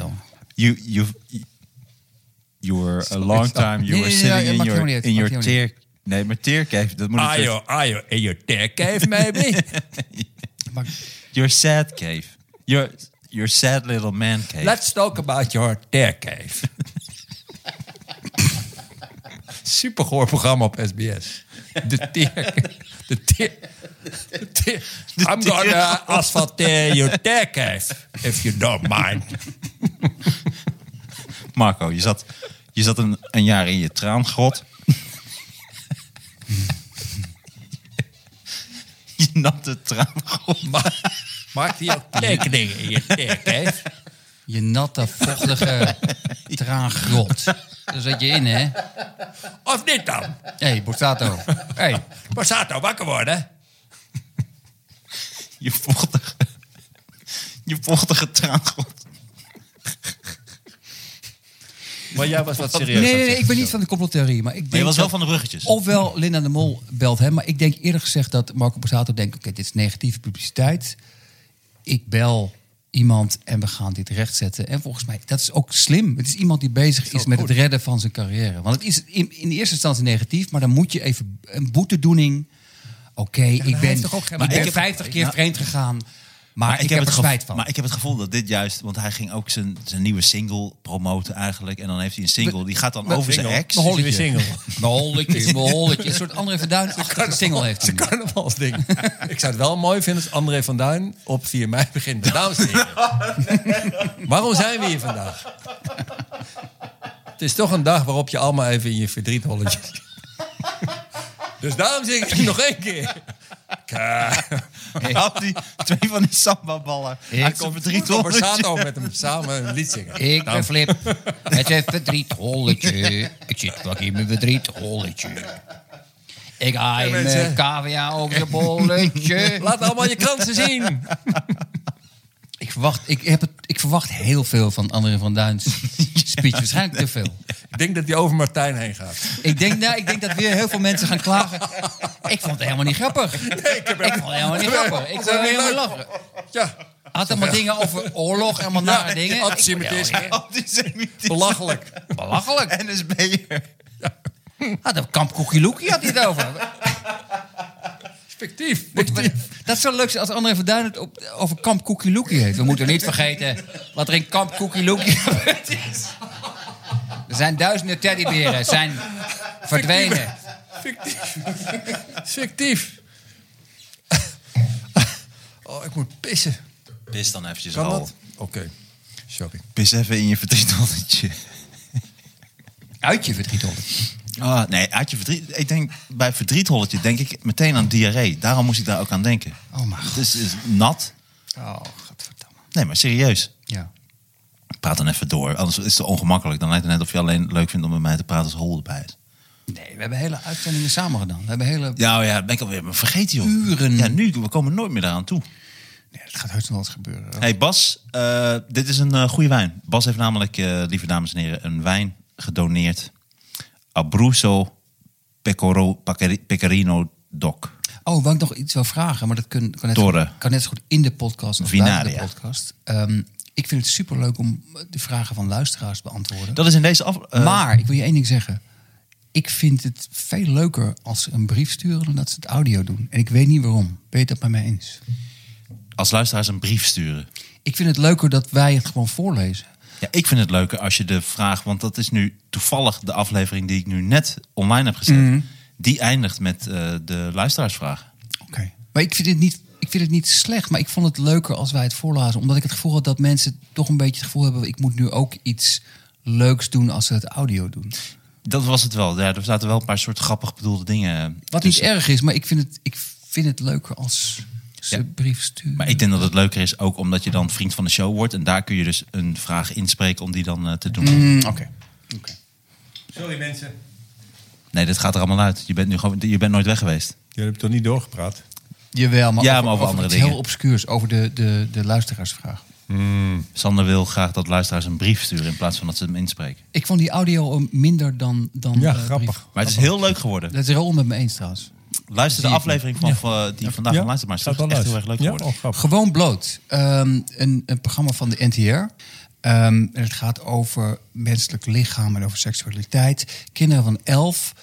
You were a long time. You were sitting in your tear... Nee, maar tearcave. Dat moet Are you in your tear cave, maybe? Your sad cave. Your sad little man cave. Let's talk about your tear cave. Supergoor programma op SBS. De tear. I'm gonna asfalteer your tear cave. If you don't mind. Marco, je zat een jaar in je traangrot. Je natte traangrot. Maakt hij ook tekeningen in je tear cave? Je natte, vochtige traangrot. Daar zat je in, hè? Of niet dan? Hé, Borsato. Hey. Borsato, wakker worden. Je vochtige traangrot. Maar jij was wat serieus. Nee, ik ben niet van de complottheorie. Maar ik denk Maar je was wel van de bruggetjes. Ofwel Linda de Mol belt hem. Maar ik denk eerder gezegd dat Marco Borsato denkt... oké, dit is negatieve publiciteit. Ik bel iemand en we gaan dit rechtzetten. En volgens mij, dat is ook slim. Het is iemand die bezig is met het redden van zijn carrière. Want het is in eerste instantie negatief... maar dan moet je even een boetedoening... Oké, ik ben 50 keer vreemd gegaan... Maar ik heb er spijt van. Maar ik heb het gevoel dat dit juist... Want hij ging ook zijn nieuwe single promoten eigenlijk. En dan heeft hij een single. Die gaat dan over zijn ex. Een holletje. Een soort André van Duin-achtige single heeft hij. Een carnavalsding. Ik zou het wel mooi vinden als André van Duin op 4 mei begint. Dames en heren. Waarom zijn we hier vandaag? Het is toch een dag waarop je allemaal even in je verdrietholletje... Dus daarom zeg ik nog 1 keer. Hij had die 2 van die samba-ballen. Hij kon Borsato met hem samen een lied zingen. Ik ben Flip met een verdrietholletje. Ik zit vlak in mijn verdrietholletje. Ik ga in mijn cavia over zijn bolletje. Laat allemaal je kransen zien. Ik verwacht heel veel van André van Duins speech. Waarschijnlijk te veel. Ik denk dat hij over Martijn heen gaat. Ik denk dat weer heel veel mensen gaan klagen. Ik vond het helemaal niet grappig. Ik vond het helemaal niet grappig. Ik wil helemaal lachen. Ja. Had allemaal dingen over oorlog, helemaal nare dingen. Antisemitisme. Belachelijk. NSB'er. Ah, dat kamp Cookie Lookie had hij het over. Fictief. Dat is zo leuk als André van Duin het over kamp Cookie Lookie heeft. We moeten niet vergeten wat er in kamp Cookie Lookie gebeurd is. Er zijn duizenden teddyberen zijn verdwenen. Fictief. Oh, ik moet pissen. Pis dan eventjes Kan al. dat? Oké. Sorry. Pis even in je verdrietholletje. Uit je verdrietholletje. Nee, uit je verdriet. Ik denk bij verdrietholletje denk ik meteen aan diarree. Daarom moest ik daar ook aan denken. Oh mijn god. Het is nat. Oh, godverdamme. Nee, maar serieus. Ja. Praat dan even door. Anders is het ongemakkelijk. Dan lijkt het net of je alleen leuk vindt om met mij te praten als Hol erbij is. Nee, we hebben hele uitzendingen samen gedaan. We hebben hele Ja, dat ben ik alweer vergeten, joh. uren. Ja, we komen nooit meer daaraan toe. Nee, dat gaat heus nog wel eens gebeuren. Hey Bas, dit is een goede wijn. Bas heeft namelijk, lieve dames en heren, een wijn gedoneerd. Abruzzo Pecorino Doc. Oh, wou ik nog iets wel vragen, maar dat kan net zo goed in de podcast of Vinaria. buiten de podcast. Ik vind het superleuk om de vragen van luisteraars te beantwoorden. Dat is in deze Maar, ik wil je 1 ding zeggen. Ik vind het veel leuker als ze een brief sturen dan dat ze het audio doen. En ik weet niet waarom. Ben je het dat bij mij eens? Als luisteraars een brief sturen. Ik vind het leuker dat wij het gewoon voorlezen. Ja, ik vind het leuker als je de vraag... Want dat is nu toevallig de aflevering die ik nu net online heb gezet. Mm. Die eindigt met de luisteraarsvraag. Oké. Maar ik vind het niet slecht, maar ik vond het leuker als wij het voorlazen. Omdat ik het gevoel had dat mensen toch een beetje het gevoel hebben... ik moet nu ook iets leuks doen als ze het audio doen. Dat was het wel. Ja, er zaten wel een paar soort grappig bedoelde dingen. Wat niet erg is, maar ik vind het leuker als ze brief sturen. Maar ik denk dat het leuker is ook omdat je dan vriend van de show wordt. En daar kun je dus een vraag inspreken om die dan te doen. Oké. Sorry mensen. Nee, dit gaat er allemaal uit. Je bent nooit weg geweest. Jullie hebben toch niet doorgepraat? Jawel, maar Ja, maar over andere iets dingen. heel obscuurs, over de luisteraarsvraag. Sander wil graag dat luisteraars een brief sturen in plaats van dat ze hem inspreken. Ik vond die audio minder dan Ja, brief. grappig. Maar het is heel leuk geworden. Dat is Raoul met me eens trouwens. Luister de aflevering van die vandaag van Luister maar. Het is echt heel erg leuk geworden. Gewoon bloot. Een programma van de NTR. Het gaat over menselijk lichaam en over seksualiteit. Kinderen van 11,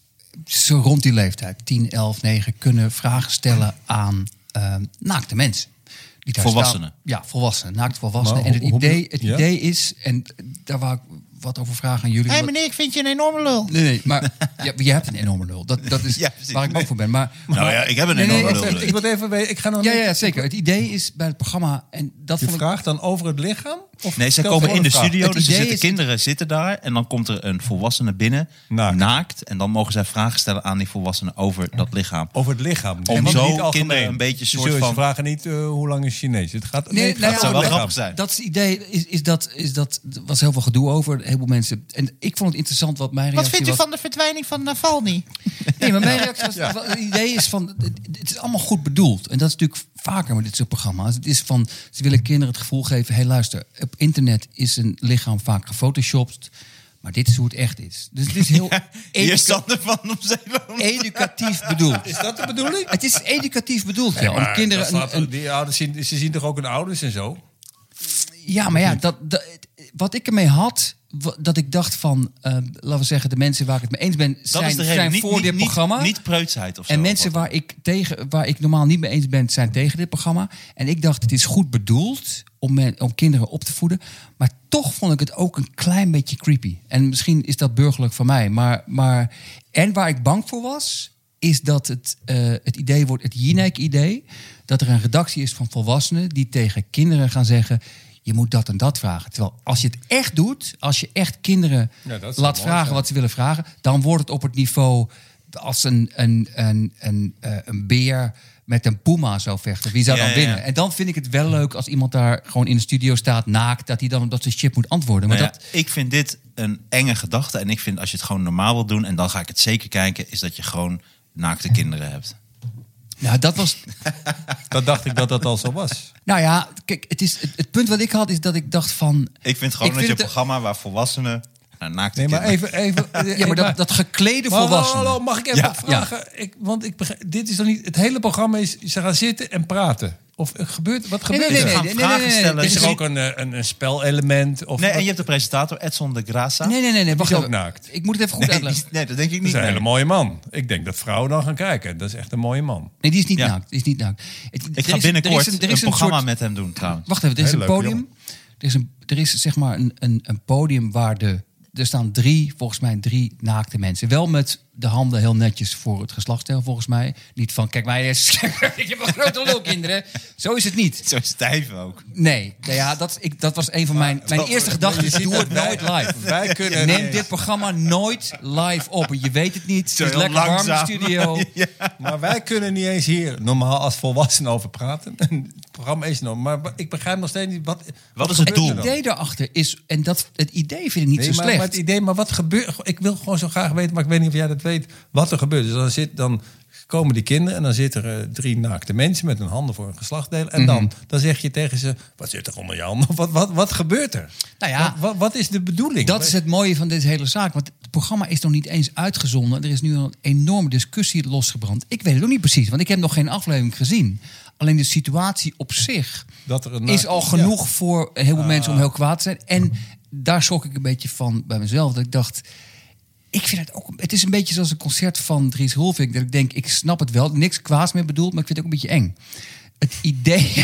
zo rond die leeftijd, 10, 11, 9... kunnen vragen stellen aan naakte mensen. Die daar Volwassenen. staan. Ja, volwassenen, naakte volwassenen. Maar En het idee is, en daar wou ik wat over vragen aan jullie. Hé meneer, ik vind je een enorme lul. Nee, maar je hebt een enorme lul. Dat is Ja, waar ik bang voor ben. Maar Nou ja, ik heb een enorme lul. Ik wil even weten, ik ga nog ja, zeker. Het idee is bij het programma, en dat Je vond ik... vraagt dan over het lichaam? Of Nee, ze stel komen gewoon in de een vraag? studio, Het dus idee is- kinderen zitten daar. En dan komt er een volwassene binnen, naakt. En dan mogen zij vragen stellen aan die volwassenen over dat lichaam. Over het lichaam. Om En niet zo algemeen. kinderen een beetje Dus soort ze van... vragen niet hoe lang is Chinees. Het gaat, Nee, het nou gaat ja, zou over wel het lichaam. grappig zijn. Dat is het idee, er was heel veel gedoe over, een heleboel mensen. En ik vond het interessant wat mijn reactie was. de verdwijning van Navalny? Nee, maar mijn reactie was, het idee is van, het is allemaal goed bedoeld. En dat is natuurlijk vaker met dit soort programma's. Het is van, ze willen kinderen het gevoel geven, hey luister, op internet is een lichaam vaak gefotoshopt. Maar dit is hoe het echt is. Dus het is heel Hier is Sander van op Zeeland. educatief bedoeld. Is dat de bedoeling? Het is educatief bedoeld, ja. Om Maar kinderen dat staat- die ouders zien, ze zien toch ook hun ouders en zo? Ja, maar ja, wat ik ermee had, dat ik dacht van, laten we zeggen, de mensen waar ik het mee eens ben, Dat is zijn, de reden. zijn Niet, voor dit programma. Niet preutsheid of zo. En mensen waar ik normaal niet mee eens ben, zijn tegen dit programma. En ik dacht, het is goed bedoeld om kinderen op te voeden. Maar toch vond ik het ook een klein beetje creepy. En misschien is dat burgerlijk van mij. Maar en waar ik bang voor was, is dat het idee wordt, het Jinek-idee, dat er een redactie is van volwassenen die tegen kinderen gaan zeggen, je moet dat en dat vragen. Terwijl als je het echt doet, als je echt kinderen dat zou laat mooi vragen zijn. wat ze willen vragen, dan wordt het op het niveau als een beer met een puma zou vechten. Wie zou Ja, dan ja, ja. winnen? En dan vind ik het wel leuk als iemand daar gewoon in de studio staat, naakt, dat hij dan op dat soort shit moet antwoorden. Maar Nou ja, dat, ik vind dit een enge gedachte. En ik vind als je het gewoon normaal wil doen, en dan ga ik het zeker kijken, is dat je gewoon naakte kinderen hebt. nou, dat was... Dat dacht ik dat al zo was. Nou ja, kijk, het punt wat ik had is dat ik dacht van... Ik vind gewoon Ik dat je vind een het- programma waar volwassenen naar naakte Nee, maar kinderen... Ja, maar dat geklede Maar volwassenen. hallo, mag ik even wat vragen? Want ik begrijp, dit is toch niet... Het hele programma is, ze gaan zitten en praten. Of wat gebeurt Nee, er? nee, Ze gaan vragen stellen. Is Ze er zien- ook een spelelement? Of Nee, en je hebt de presentator Edson de Graça. Nee, wacht is ook even. naakt. Ik moet het even goed Nee, uitleggen. nee, dat denk ik Dat niet. is een hele Nee. mooie man. Ik denk dat vrouwen dan gaan kijken. Dat is echt een mooie man. Nee, die is niet Ja. naakt. Die is niet naakt. Ik ga binnenkort er een is programma soort- met hem doen trouwens. Wacht even, er is Heel een leuk, podium. Er is zeg maar een podium waar er staan volgens mij drie naakte mensen. Wel met de handen heel netjes voor het geslachtsdeel, volgens mij. Niet van, kijk mij eens, ik heb een grote lul, kinderen. Zo is het niet. Zo stijf ook. Nee, nou ja, dat was een van mijn eerste gedachten. Is, doe het nooit live. Wij kunnen... Neem dit programma nooit live op. Je weet het niet. Het is heel lekker warm in de langzaam. studio. Maar wij kunnen niet eens hier normaal als volwassenen over praten. Het programma is nog. Maar ik begrijp nog steeds niet... Wat is het Het doel? idee daarachter is, en het idee vind ik niet zo maar slecht. het idee, maar wat gebeurt... Ik wil gewoon zo graag weten, maar ik weet niet of jij dat weet, wat er gebeurt. Dus dan komen die kinderen en dan zitten er 3 naakte mensen met hun handen voor hun geslachtsdeel. En dan zeg je tegen ze, wat zit er onder je handen? Wat gebeurt er? Nou ja, wat is de bedoeling? dat is het mooie van deze hele zaak. Want het programma is nog niet eens uitgezonden. Er is nu al een enorme discussie losgebrand. Ik weet het ook niet precies, want ik heb nog geen aflevering gezien. Alleen de situatie op zich Dat er een is al genoeg Ja. voor heel veel mensen om heel kwaad te zijn. En daar schrok ik een beetje van bij mezelf. Dat ik dacht, ik vind het ook... Het is een beetje zoals een concert van Dries Roelvink. Dat ik denk, ik snap het wel. Niks kwaads meer bedoeld, maar ik vind het ook een beetje eng. Het idee...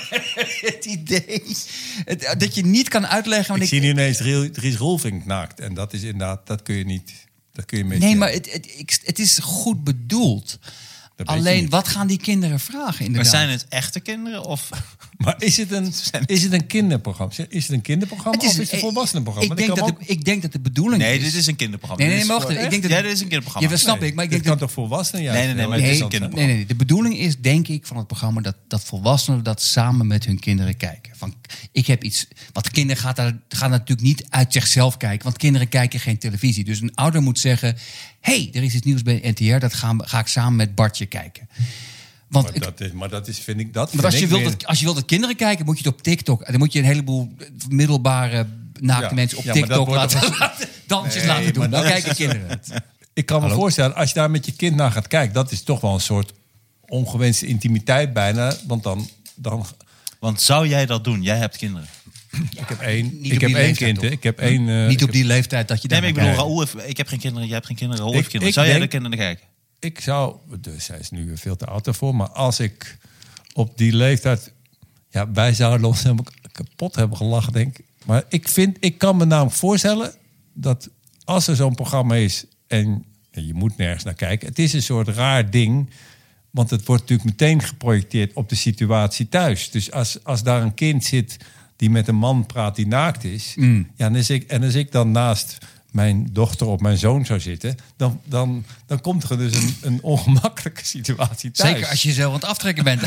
dat je niet kan uitleggen... want Ik zie nu ineens Dries Roelvink naakt. En dat is inderdaad, dat kun je niet... Dat kun je mis. Nee, maar het is goed bedoeld. Dat weet je Alleen, niet. wat gaan die kinderen vragen Maar inderdaad? zijn het echte kinderen? Of Maar is het een kinderprogramma? Is het een kinderprogramma of is het een volwassenenprogramma? Ik denk dat de bedoeling nee, is... dit is een kinderprogramma. Nee, Dit maar is wacht even. voor- Ik denk dat... Ja, dit is een kinderprogramma. Ja, dat snap ik. Maar ik denk Dit kan dat... toch volwassenen juist? Nee, maar wel? het is Nee, een kinderprogramma. nee. De bedoeling is, denk ik, van het programma... dat volwassenen dat samen met hun kinderen kijken. Van, ik heb iets... Want de kinderen gaan natuurlijk niet uit zichzelf kijken. Want kinderen kijken geen televisie. Dus een ouder moet zeggen... hey, er is iets nieuws bij NTR. Dat ga ik samen met Bartje kijken. Want maar dat is, vind ik... Dat want als je wilt dat kinderen kijken, moet je het op TikTok. Dan moet je een heleboel middelbare naakte mensen op TikTok dansjes laten doen. Dan kijken kinderen het. Ik kan me voorstellen, als je daar met je kind naar gaat kijken... dat is toch wel een soort ongewenste intimiteit bijna. Want dan Want zou jij dat doen? Jij hebt kinderen. Ik heb één kind. Ik heb één. Niet op die leeftijd dat je daar. Nee, maar ik bedoel, Raoul heeft, ik heb geen kinderen, jij hebt geen kinderen, Raoul heeft kinderen. Zou jij de kinderen kijken? Ik zou, dus hij is nu veel te oud ervoor, maar als ik op die leeftijd, ja, wij zouden ons helemaal kapot hebben gelachen, denk ik. Maar ik kan me namelijk voorstellen dat als er zo'n programma is en je moet nergens naar kijken, het is een soort raar ding. Want het wordt natuurlijk meteen geprojecteerd op de situatie thuis. Dus als daar een kind zit die met een man praat die naakt is... Ja, en als ik dan naast mijn dochter of mijn zoon zou zitten... dan komt er dus een ongemakkelijke situatie thuis. Zeker als je zo aan het aftrekken bent.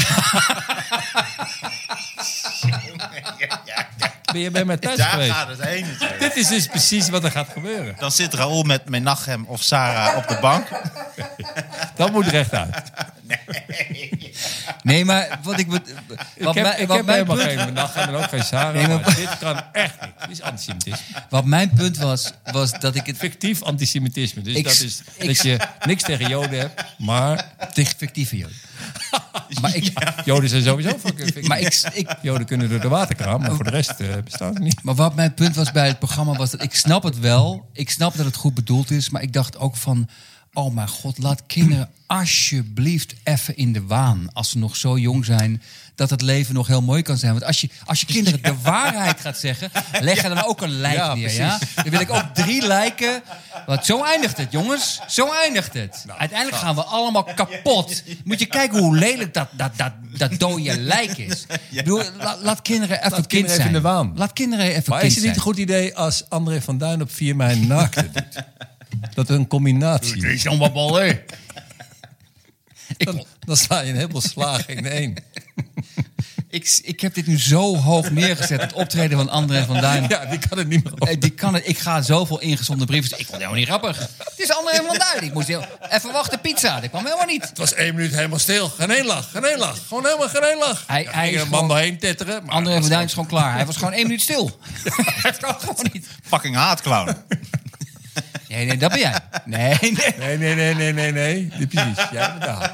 Ben je bij mij thuis Daar geweest? gaat het heen natuurlijk. Dit is dus precies wat er gaat gebeuren. Dan zit Raoul met Menachem of Sarah op de bank. Dat moet rechtuit. Nee, maar wat ik... Ik heb helemaal geen nacht en ook geen Sarah. Nee, maar dit kan echt niet. Dit is antisemitisme. Wat mijn punt was dat ik het... Fictief antisemitisme. Dus dat is dat je niks tegen Joden hebt, maar... Tegen fictieve Joden. Maar Joden zijn sowieso fictief. Maar Joden kunnen door de waterkraan, maar voor de rest bestaat het niet. Maar wat mijn punt was bij het programma was dat ik snap het wel. Ik snap dat het goed bedoeld is, maar ik dacht ook van... Oh mijn god, laat kinderen alsjeblieft even in de waan. Als ze nog zo jong zijn, dat het leven nog heel mooi kan zijn. Want als je kinderen de waarheid gaat zeggen... leg er dan ook een lijk neer, ja? Dan wil ik ook 3 lijken. Want zo eindigt het, jongens. Zo eindigt het. Uiteindelijk gaan we allemaal kapot. Moet je kijken hoe lelijk dat dode lijk is. Ik bedoel, laat kinderen even kind zijn. In de waan. Laat kinderen even kind zijn. Maar is het niet een goed idee als André van Duin op 4 mei naakt doet? Dat er een combinatie is. Dan sla je een heleboel slagen in één. Ik heb dit nu zo hoog neergezet, het optreden van André van Duin. Ja, die kan het niet meer op. Ik ga zoveel ingezonde brieven. Ik vond het helemaal niet grappig. Het is André van Duin. Ik moest even wachten, pizza. Dat kwam helemaal niet. Het was 1 minuut helemaal stil. Geen één lach. Gewoon helemaal geen één lach. Hij is een man doorheen tetteren. André van Duin is gewoon klaar. Hij was gewoon 1 minuut stil. Het kan gewoon niet. Fucking haatclown. Nee, dat ben jij. Nee. Precies, jij bent daar.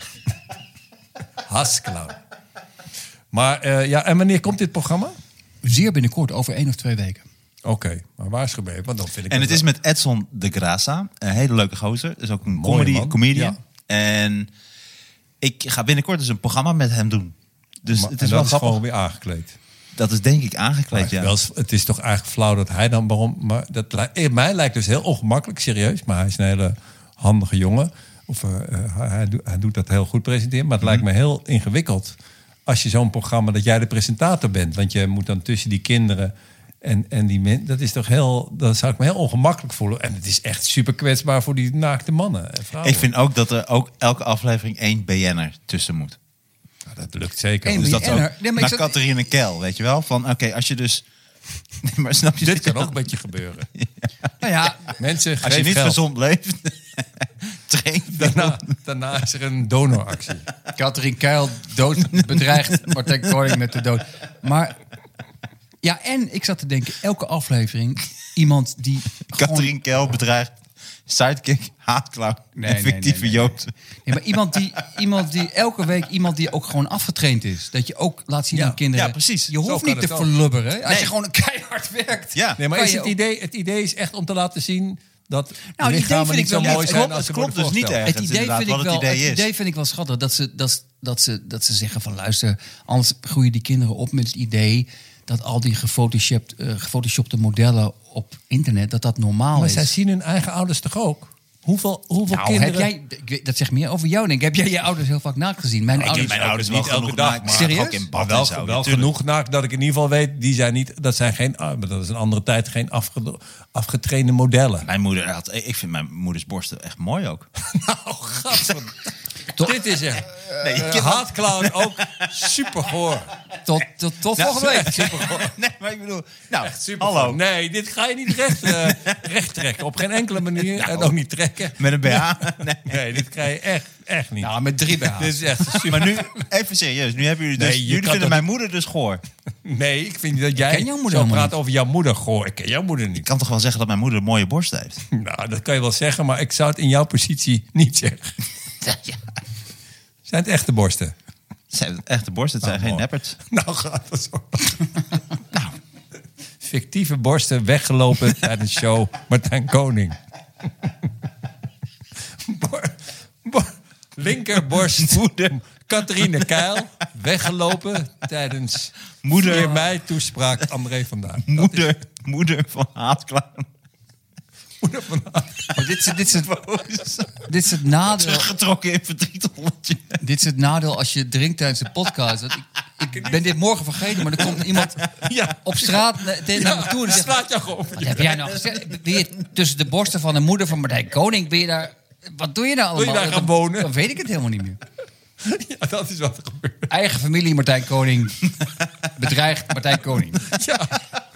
Hasclown. Maar en wanneer komt dit programma? Zeer binnenkort, over 1 of 2 weken. Oké, maar waar is het gebleven? Want dan vind ik en het is met Edson de Graça. Een hele leuke gozer. Is ook een comedian. Ja. En ik ga binnenkort dus een programma met hem doen. Dus het is wel grappig. Gewoon weer aangekleed. Dat is denk ik aangekleed, ja. Het is toch eigenlijk flauw dat hij dan... Waarom? Maar mij lijkt dus heel ongemakkelijk, serieus. Maar hij is een hele handige jongen. Of hij doet dat heel goed presenteren. Maar het lijkt me heel ingewikkeld... als je zo'n programma, dat jij de presentator bent. Want je moet dan tussen die kinderen... en die mensen... Dat is toch heel... Dat zou ik me heel ongemakkelijk voelen. En het is echt super kwetsbaar voor die naakte mannen en vrouwen. Ik vind ook dat er ook elke aflevering 1 BN'er tussen moet. Dat lukt zeker. Dus dat is ook naar Catherine Keil, weet je wel? Van oké, als je dus... Nee, maar snap je... Dit kan ook een beetje gebeuren. Ja. Nou ja, mensen, als je niet geld. Gezond leeft... train daarna is er een donoractie. Catherine Keil bedreigt Martijn Koning met de dood. Maar... Ja, en ik zat te denken, elke aflevering... iemand die Catherine Keil bedreigt... Sidekick, haatclown en fictieve Jood. Nee, maar iemand die elke week... iemand die ook gewoon afgetraind is. Dat je ook laat zien aan kinderen... Ja, precies. Je hoeft niet te verlubberen. Als je gewoon keihard werkt. Ja. Nee, maar is het idee is echt om te laten zien... dat lichamen niet zo mooi zijn als ze klopt dus niet ergens. Het idee vind ik wel schattig. Dat ze zeggen van luister... anders groeien die kinderen op met het idee... dat al die gefotoshopte modellen op internet, dat normaal is. Maar zij zien hun eigen ouders toch ook? Hoeveel kinderen... Dat zegt meer over jou, denk ik. Heb jij je ouders heel vaak naakt gezien? Mijn ouders wel genoeg naakt, maar serieus? ook in bad wel genoeg naakt dat ik in ieder geval weet... die zijn niet, dat zijn geen... dat is een andere tijd geen afgetrainde modellen. Ik vind mijn moeders borsten echt mooi ook. Nou, gadver. Dit is echt... Haatclown ook super goor. Tot volgende week. Nee, maar ik bedoel... Nou, Super hallo. goor. Nee, dit ga je niet recht trekken. Op geen enkele manier. En ook niet trekken. Met een BH. Nee, dit krijg je echt niet. Nou, met 3 BH's. Dit is echt super. Maar nu, even serieus. Nu hebben jullie dus... Nee, je jullie kan vinden toch- mijn moeder dus goor. Nee, ik vind dat jij ken jouw moeder zo helemaal praat niet. over jouw moeder goor. Ik ken jouw moeder Ik niet. kan toch wel zeggen dat mijn moeder een mooie borst heeft? Nou, dat kan je wel zeggen, maar ik zou het in jouw positie niet zeggen. Zijn het echte borsten? Het zijn echte borsten, het zijn geen mooi. nepperts. Nou, gaat het zo. Nou, fictieve borsten weggelopen tijdens show Martijn Koning. Linkerborst Moeder. Catharine Keil weggelopen tijdens Moeder. 4 mei toespraak André van Duin. Moeder van Haatclown. Maar dit is het nadeel. Teruggetrokken in verdrietholletje. Dit is het nadeel als je drinkt tijdens de podcast. Want ik ben dit morgen vergeten, maar er komt iemand Ja. op straat naar me toe en zegt... slaat jou gewoon. Wat heb jij nou gezegd? Ben je tussen de borsten van de moeder van Martijn Koning? Ben je daar... Wat doe je nou allemaal? Wil je daar gaan wonen? Dan weet ik het helemaal niet meer. Ja, dat is wat er gebeurt. Eigen familie Martijn Koning bedreigt Martijn Koning. Ja.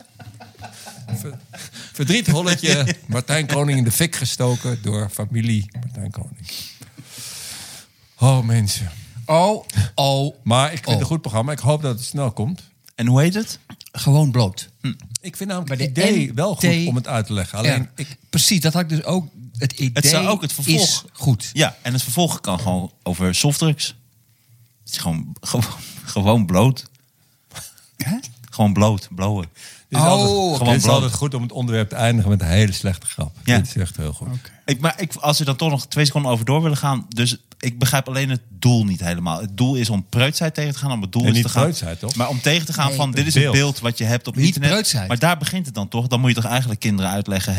Verdrietholletje, Martijn Koning in de fik gestoken door familie Martijn Koning. Oh, mensen. Oh. Maar ik vind het een goed programma. Ik hoop dat het snel komt. En hoe heet het? Gewoon bloot. Ik vind namelijk Bij het de idee wel goed NT om het uit te leggen. Alleen, Ja, precies, dat had ik dus ook. Het idee Het zou ook het vervolg... is goed. Ja, en het vervolg kan gewoon over softdrugs. Het is gewoon bloot. Hè? Gewoon bloot, blowen. dit is altijd, gewoon dit is bloot. altijd goed om het onderwerp te eindigen met een hele slechte grap. Ja. Dit is echt heel goed. Als we dan toch nog 2 seconden over door willen gaan. Dus ik begrijp alleen het doel niet helemaal. Het doel is om preutsheid tegen te gaan. Om het doel Nee, is niet te gaan. preutsheid, toch? Maar om tegen te gaan Nee, van het dit is beeld. het beeld wat je hebt op Niet internet. preutsheid. Maar daar begint het dan toch. Dan moet je toch eigenlijk kinderen uitleggen.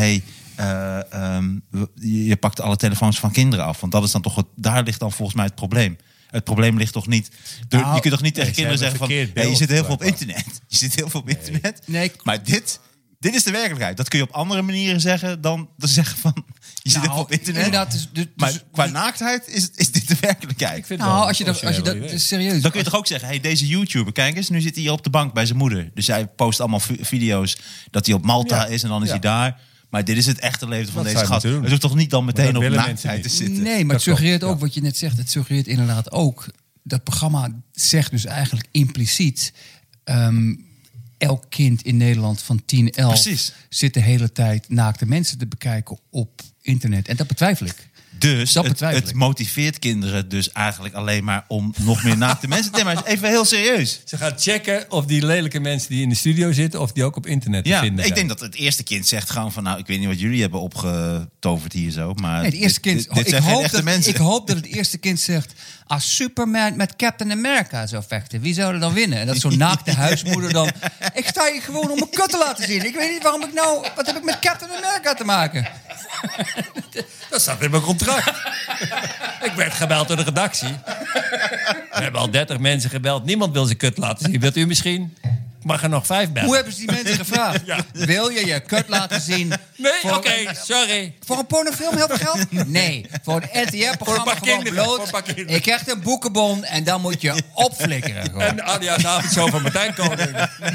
Je pakt alle telefoons van kinderen af. Want dat is dan toch daar ligt dan volgens mij het probleem. Het probleem ligt toch niet... Nou, je kunt toch niet tegen ze kinderen zeggen hebben van... verkeerd Hey, je beeld, zit heel veel op blijkbaar. internet. Je zit heel veel op internet. Nee. Maar dit is de werkelijkheid. Dat kun je op andere manieren zeggen dan zeggen van... Je zit heel veel op internet. Inderdaad, Maar qua naaktheid is dit de werkelijkheid. Ik vind het nou, wel als je dat origineel idee. is serieus. Dan kun je toch ook zeggen, hey, deze YouTuber, kijk eens, nu zit hij hier op de bank bij zijn moeder. Dus hij post allemaal video's dat hij op Malta Ja. is en dan is Ja. hij daar. Maar dit is het echte leven van Dat deze zou je gast. moeten doen. Het hoeft toch niet dan Maar meteen dat op willen naaktheid te mensen zitten. Nee, maar het Dat suggereert klopt, ook ja. wat je net zegt. Het suggereert inderdaad ook. Dat programma zegt dus eigenlijk impliciet... elk kind in Nederland van 10, 11 Precies. zit de hele tijd naakte mensen te bekijken op internet. En dat betwijfel ik. Dus Dat het betwijfel ik. motiveert kinderen dus eigenlijk alleen maar om nog meer naakte mensen te nemen. Maar even heel serieus. Ze gaan checken of die lelijke mensen die in de studio zitten... of die ook op internet te Ja, vinden ik zijn. denk dat het eerste kind zegt gewoon van... nou, ik weet niet wat jullie hebben opgetoverd hier zo. Maar Nee, het eerste kind. dit zijn geen echte mensen. Ik hoop dat het eerste kind zegt... als Superman met Captain America zou vechten, wie zou er dan winnen? En dat zo'n naakte huismoeder dan... ik sta hier gewoon om mijn kut te laten zien. Ik weet niet waarom ik nou... wat heb ik met Captain America te maken? Dat staat in mijn contract. Ik werd gebeld door de redactie. We hebben al 30 mensen gebeld. Niemand wil zijn kut laten zien. Wilt u misschien? Ik mag er nog 5 bellen. Hoe hebben ze die mensen gevraagd? Wil je je kut laten zien? Nee, voor- oké, sorry. Voor een pornofilm heel veel geld? Nee, voor een RTL-programma Voor een paar gewoon kinderen, voor bloot. een paar kinderen. Ik krijg een boekenbon en dan moet je opflikkeren. Gewoon. En de Avondshow van Martijn Koning.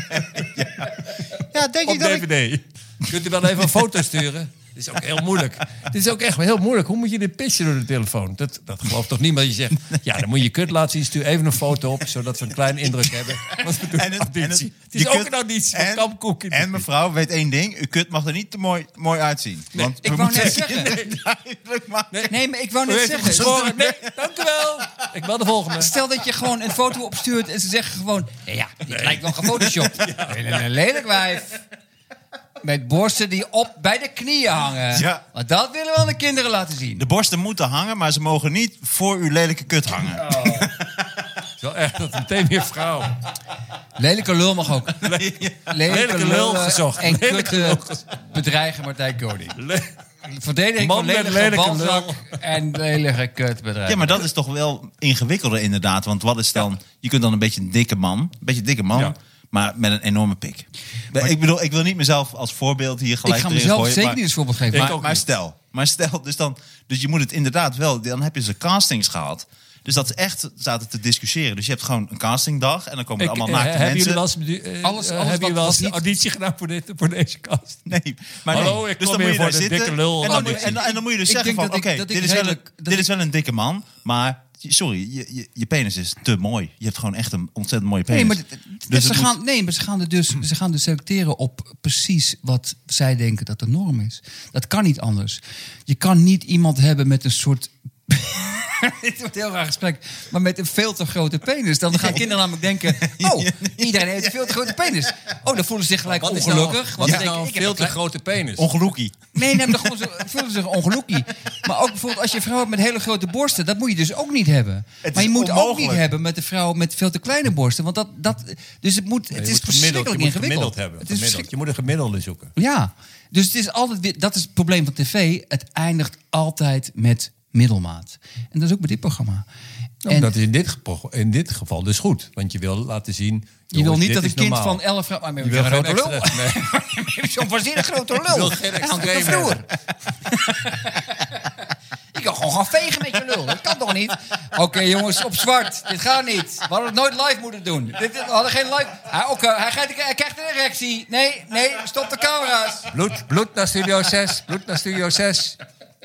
Ja, denk Op ik dat ik... DVD. Kunt u wel even een foto sturen? Dit is ook heel moeilijk. Dit is ook echt heel moeilijk. Hoe moet je dit pitchen door de telefoon? Dat gelooft toch niemand. Je zegt, ja, dan moet je je kut laten zien. Stuur even een foto op, zodat we een kleine indruk hebben. Want we doen En het- auditie. Het je is ook kut- een auditie van en- Kamp Koek. En mevrouw, weet één ding. Uw kut mag er niet te mooi uitzien. Want ik we wou moeten net zeggen. duidelijk maken. Nee, maar ik wou U net heeft hem zeggen... geschoren. Nee, dank u wel. Ik wil de volgende. Stel dat je gewoon een foto opstuurt en ze zeggen gewoon... Ja, dit lijkt wel gefotoshopt. Een lelijk wijf. Met borsten die bij de knieën hangen. Ja. Want dat willen we aan de kinderen laten zien. De borsten moeten hangen, maar ze mogen niet voor uw lelijke kut hangen. Het is wel echt dat meteen weer vrouw. Lelijke lul mag ook. Lelijke lul gezocht. En Lelijke kutten lul gezocht. bedreigen Martijn Koning. Verdediging Man van met lelijke lelijke balzak lul. en lelijke kut bedreigen. Ja, maar dat is toch wel ingewikkelder inderdaad. Want wat is dan... Je kunt dan een beetje een dikke man... Ja. maar met een enorme pik. Ik bedoel, ik wil niet mezelf als voorbeeld hier Ik gelijk ga erin mezelf gooien. zeker maar, niet als voorbeeld geven. Ik ook maar niet. stel, Maar stel, dus je moet het inderdaad wel... Dan heb je ze castings gehad. Dus dat is echt zaten te discussiëren. Dus je hebt gewoon een castingdag en dan komen er allemaal naakte hebben mensen. Jullie wel eens, Alles hebben jullie wel eens niet- auditie gedaan voor deze cast? Nee, maar Hallo, nee. ik Dus kom dan moet hier je daar voor de zitten. dikke lul. En dan moet je dus Ik zeggen denk van... dat ik- Oké, dat ik dit is wel redelijk- dat dit is wel een dikke man, maar... Sorry, je penis is te mooi. Je hebt gewoon echt een ontzettend mooie penis. Nee, maar, Dus ze gaan dus selecteren op precies wat zij denken dat de norm is. Dat kan niet anders. Je kan niet iemand hebben met een soort... Dit wordt een heel raar gesprek. Maar met een veel te grote penis. Dan gaan kinderen namelijk denken... Oh, iedereen heeft een veel te grote penis. Oh, dan voelen ze zich gelijk ongelukkig. Wat ze is nou een ik heb veel een te klein- grote penis? ongeloekie. Nee, maar gewoon voelen ze zich ongelukkig. Maar ook bijvoorbeeld als je een vrouw hebt met hele grote borsten... dat moet je dus ook niet hebben. Het Maar je is moet ook onmogelijk. niet hebben met een vrouw met veel te kleine borsten. Want dus het moet... Het is verschrikkelijk ingewikkeld. hebben. Het is Gemiddeld. Je moet een gemiddelde zoeken. Ja, dus het is altijd weer... Dat is het probleem van tv. Het eindigt altijd met middelmaat. En dat is ook bij dit programma. En Dat is in dit geval dus goed. Want je wil laten zien... je wil niet dat een een kind van 11 vrouwen... Maar Je met wil zo'n geen grote lul. extra... Zo'n waanzinnig grote lul. wil geen Hij hangt op de extreme vloer. Je kan gewoon gaan vegen met je lul. Dat kan toch niet? Oké, jongens, op zwart. Dit gaat niet. We hadden het nooit live moeten doen. We hadden geen live... Hij krijgt een erectie. Nee, stop de camera's. Bloed naar Studio 6. Bloed naar Studio 6.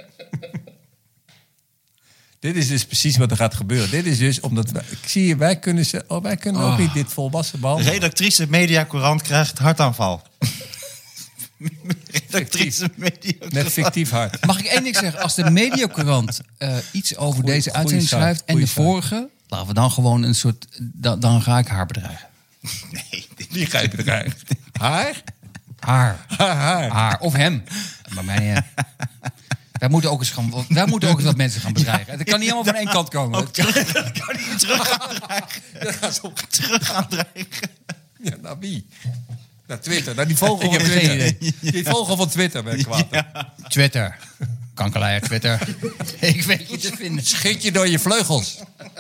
Dit is dus precies wat er gaat gebeuren. Dit is dus omdat... wij kunnen ook niet dit volwassen behandelen. Redactrice Media Courant krijgt hartaanval. Redactrice Media Met Courant. fictief hart. Mag ik één ding zeggen? Als de Mediacourant iets over deze goeie uitzending zaak, schrijft... en goeie de zaak. vorige, laten we dan gewoon een soort... Dan ga ik haar bedreigen. Nee, Die ga je bedreigen. Haar? Haar. Of hem. Maar mij... Wij moeten ook eens wat mensen gaan bedreigen. Het kan niet allemaal van één kant komen. Dat kan niet terug gaan dreigen. Ja, naar wie? Naar Twitter. Naar die vogel Ik heb van geen Twitter. Die vogel van Twitter ben ik kwaad. Twitter. Kankerleier Twitter. Ik weet je te vinden. Schiet je door je vleugels.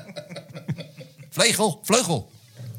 Vleugel.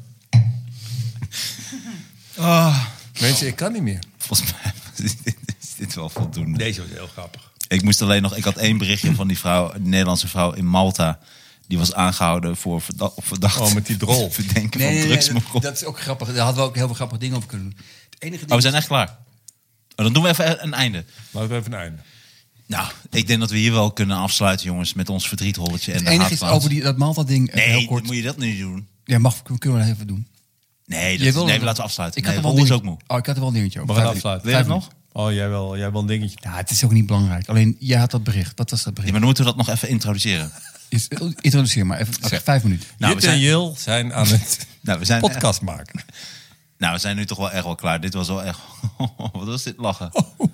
Mensen, ik kan niet meer. Volgens mij is dit wel voldoende. Deze was heel grappig. Ik had één berichtje van die vrouw, een Nederlandse vrouw in Malta. Die was aangehouden voor verdacht. Oh, met die drol. Verdenken van drugsmokkel. dat is ook grappig. Daar hadden we ook heel veel grappige dingen over kunnen doen. Het enige ding Oh, we zijn echt klaar. Oh, dan doen we even een einde. Laten we even een einde. Nou, ik denk dat we hier wel kunnen afsluiten, jongens, met ons verdrietholletje. En Het de enige is haatwaans. over dat Malta-ding heel Nee, kort. dan moet je dat niet doen. Ja, kunnen we dat even doen? Nee, Jij wilde we nog- laten we afsluiten. Ik had Nee, er wel Roel is een ook dingetje. moe. Ik had er wel een dingetje over. We gaan 5 afsluiten. Wil je dat minuten. nog? Oh, jij wil een dingetje. Ja, het is ook niet belangrijk. Alleen, jij had dat bericht. Wat was dat Ja, bericht? maar dan moeten we dat nog even introduceren. Introduceer maar even. Zeg 5 minuten. Nou, Jut en Jil zijn aan het we zijn podcast maken. Nou, we zijn nu toch wel echt wel klaar. Dit was wel echt... Wat was dit lachen?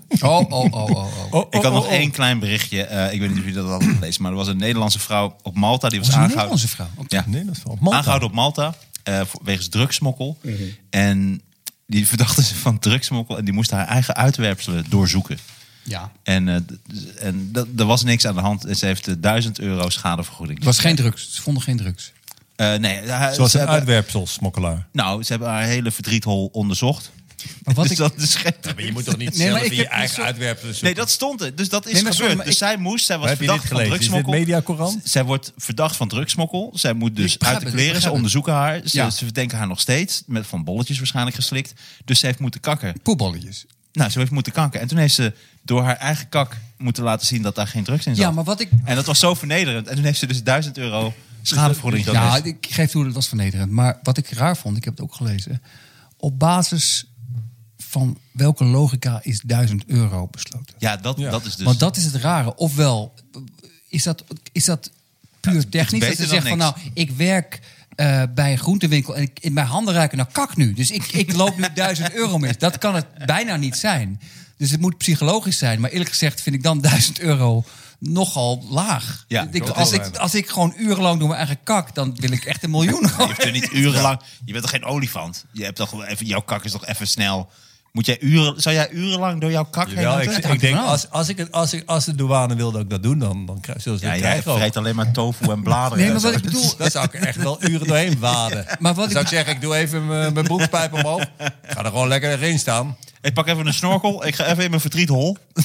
Oh. Ik had nog één klein berichtje. Ik weet niet of jullie dat al hebben gelezen. Maar er was een Nederlandse vrouw op Malta. Die was Was een aangehouden. Nederlandse vrouw? Ja, Nee, dat is wel op Malta. aangehouden op Malta. Wegens drugsmokkel. En die verdachte ze van drugsmokkel. En die moest haar eigen uitwerpselen doorzoeken. Ja. En er was niks aan de hand. En ze heeft €1000 schadevergoeding. Het was geen drugs. Ze vonden geen drugs. Nee, Zoals ze een hebben, uitwerpselsmokkelaar. nou, ze hebben haar hele verdriethol onderzocht. Maar wat Dus ik... dat is geen... Maar je moet toch niet Nee, maar zelf ik in je heb eigen zo- uitwerpen. Nee, dat stond er. Dus dat is Nee, maar sorry, gebeurd. maar Dus zij was Heb je dit verdacht van gelezen? Is dit drugsmokkel. Mediacourant? Zij wordt verdacht van drugsmokkel. Zij moet dus Ik begrijp uit de het, kleren. ik Ze begrijp onderzoeken haar. Ja. Ze verdenken haar nog steeds. Van bolletjes waarschijnlijk geslikt. Dus ze heeft moeten kakken. Poeballetjes. Nou, ze heeft moeten kakken. En toen heeft ze door haar eigen kak moeten laten zien dat daar geen drugs in zat. Ja, maar wat ik... En dat was zo vernederend. En toen heeft ze dus €1000 schadevergoeding Ja, gekregen. ik geef toe, dat was vernederend. Maar wat ik raar vond, ik heb het ook gelezen. Op basis van welke logica is €1000 besloten? Ja, dat is dus... Want dat is het rare. Ofwel, is dat puur technisch? Dat beter je dan zegt van, niks. nou, ik werk bij een groentewinkel en in mijn handen ruiken naar kak nu. Dus ik loop nu €1000 mis. Dat kan het bijna niet zijn. Dus het moet psychologisch zijn. Maar eerlijk gezegd vind ik dan €1000 nogal laag. Ja, Als ik gewoon urenlang door mijn eigen kak, dan wil ik echt 1 miljoen. Je hoeft er niet urenlang... Je bent toch geen olifant? Je hebt toch even, jouw kak is toch even snel... Zou jij urenlang door jouw kak heen Jawel, lopen? ik denk, vanaf. als de douane wil dat ik dat doe, dan zullen ze Ja, het jij krijgen ook. vreet alleen maar tofu en bladeren. Nee, en maar zo. wat ik bedoel... Daar zou ik echt wel uren doorheen waden. Maar wat Dan ik- zou ik zeggen, ik doe even mijn broekspijp omhoog. Ik ga er gewoon lekker in staan. Ik pak even een snorkel. Ik ga even in mijn verdriethol.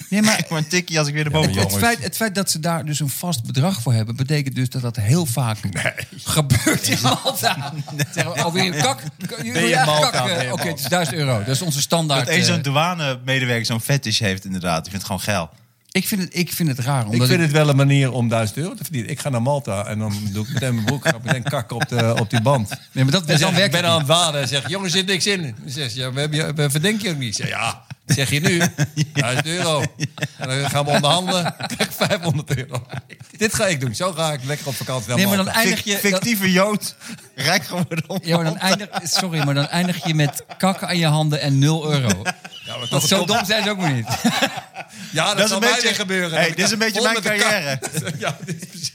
Nee, maar Geef maar een tikje als ik weer naar boven kom. het feit dat ze daar dus een vast bedrag voor hebben... betekent dus dat dat heel vaak gebeurt in Malta. Zeggen we, weer kak. Jullie je Malta, ben je Oké, Malta. het is €1000. Dat is onze standaard. Dat zo'n douane-medewerker zo'n fetish heeft inderdaad. Ik vind het gewoon geil. Ik vind het raar. Ik Omdat vind het wel een manier om €1000 te verdienen. Ik ga naar Malta en dan doe ik meteen mijn broek, ga meteen kakken op die band. Nee, maar dat En dan ik werkt ben het aan het waden en zeg, jongen, er zit niks in. Dan zegt ze, ja, we verdenken je ook niet. Ik zeg, ja, dat zeg je nu. €1000. En dan gaan we onderhandelen, krijg ik €500. Dit ga ik doen. Zo ga ik lekker op vakantie naar Nee, maar Malta. dan eindig je... Fictieve Jood. Rijk geworden op Ja, maar dan eindig je met kakken aan je handen en €0. Ja, maar Dat toch- zo dom zijn ze ook maar niet. Ja, dat zal mij weer gebeuren. Hey, dit is een beetje Vol mijn met de carrière. Ja, dit is precies.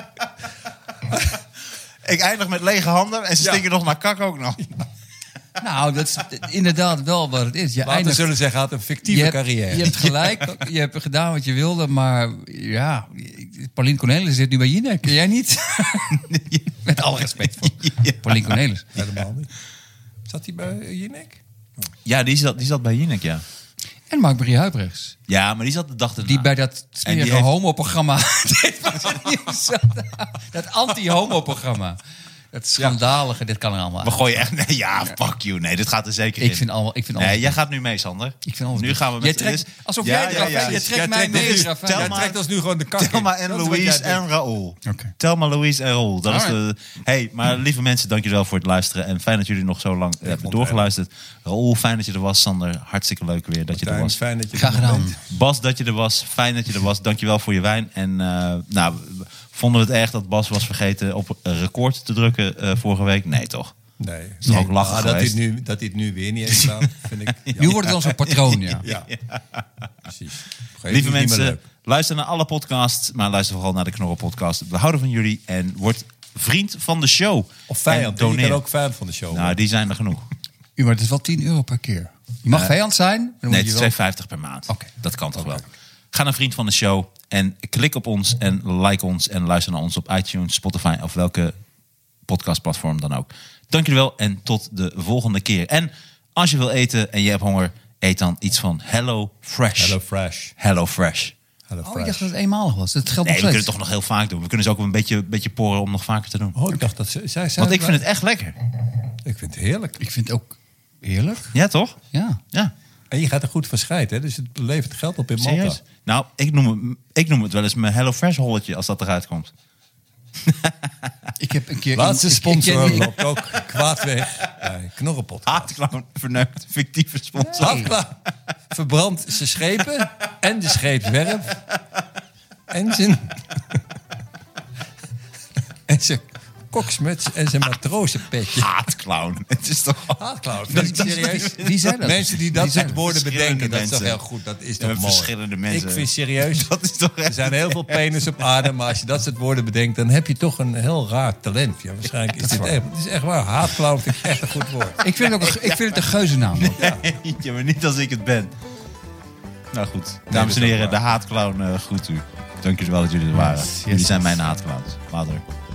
Ik eindig met lege handen en ze Ja. stinken nog naar kak ook nog. Nou, dat is inderdaad wel wat het is. Je Laten we eindigt... zullen zeggen, had een fictieve Je hebt, carrière. je hebt gelijk, je hebt gedaan wat je wilde, maar ja, Paulien Cornelis zit nu bij Jinek. Jij niet? Met alle respect voor Paulien Cornelis. Helemaal niet. Zat hij bij Jinek? Ja, die zat bij Jinek, ja. En Mark-Marie Huibrechts, Ja, maar die zat de dag erna. die bij dat En die smerige heeft- homo-programma... dat anti-homo-programma. Dat schandalige, dit kan er allemaal We gooien echt... Nee, ja, fuck you. Nee, dit gaat er zeker Ik in. vind allemaal... Nee, jij gaat nu mee, Sander. Ik vind alles Nu goed. gaan we Jij met... trekt, alsof Ja, jij eraf bent. Je trekt mij mee dus eraf. Telma- Jij trekt ons nu gewoon de kak in. Telma en Dat is wat Louise jij doet. en Raoul. Oké. Telma, Louise en Raoul. Dat is Alright. de... Hey, maar lieve mensen, dank jullie wel voor het luisteren. En fijn dat jullie nog zo lang hebben vond doorgeluisterd. Raoul, fijn dat je er was. Sander, hartstikke leuk weer dat je er Martijn, was. fijn dat je Graag er nog gedaan. bent. Bas, dat je er was. Fijn dat je er was. Dankjewel voor je wijn. En nou, vonden we het erg dat Bas was vergeten op record te drukken vorige week? Nee, toch? Nee. Is toch ook lachen Maar dat geweest? hij het nu weer niet heeft gedaan, vind ik... Nu wordt het dan zo'n patroon, ja. Ja, precies. Lieve mensen, luister naar alle podcasts, maar luister vooral naar de Knorren podcast. We houden van jullie en word vriend van de show. Of vijand. En Je doneer. kan ook vijand van de show Nou, worden. die zijn er genoeg. Maar het is wel €10 per keer. Je mag vijand zijn. Maar dan Nee, moet het je is wel... €2,50 per maand. Oké. Dat kan toch wel. Ga naar vriend van de show en klik op ons en like ons en luister naar ons op iTunes, Spotify of welke podcastplatform dan ook. Dank jullie wel en tot de volgende keer. En als je wil eten en je hebt honger, eet dan iets van Hello Fresh. Hello Fresh. Hello Fresh. Hello Oh, ik Fresh. dacht dat het eenmalig was. Dat geldt Nee, nog we kunnen steeds. het toch nog heel vaak doen. We kunnen ze ook een beetje poren om nog vaker te doen. Oh, ik dacht dat zij zei... Want ik vind het echt lekker. Ik vind het heerlijk. Ik vind het ook heerlijk. Ja, toch? Ja. Ja. En je gaat er goed van scheiden, hè? Dus het levert geld op in Malta. Serieus? Nou, ik noem het wel eens mijn Hello Fresh holletje als dat eruit komt. Ik heb een keer... Laatste ik- sponsor ik- loopt ook kwaad weg bij Knorrenpot. Haatclown verneukt, fictieve sponsor. Hapla verbrandt zijn schepen en de scheepswerf en zijn... en zijn koksmuts en zijn matrozenpetje. Haatclown. Het is toch... Haatclown, vind ik serieus. Wie zei dat? Mensen die dat Wie zei soort dat? woorden Verschillende bedenken, dat is toch mensen. heel goed. Dat is Ja, toch mooi. verschillende mensen. Ik vind serieus, Dat is toch er echt... zijn heel veel penis op aarde, maar als je dat soort woorden bedenkt, dan heb je toch een heel raar talent. Ja, waarschijnlijk is dit echt, het is echt waar. Haatclown vind ik echt een goed woord. Ik vind het een geuzennaam. Ja, maar niet als ik het ben. Nou goed, dames en dat is heren, ook de waar. haatclown groet u. Dank jullie wel dat jullie er waren. Jullie zijn mijn haatclowns. Later.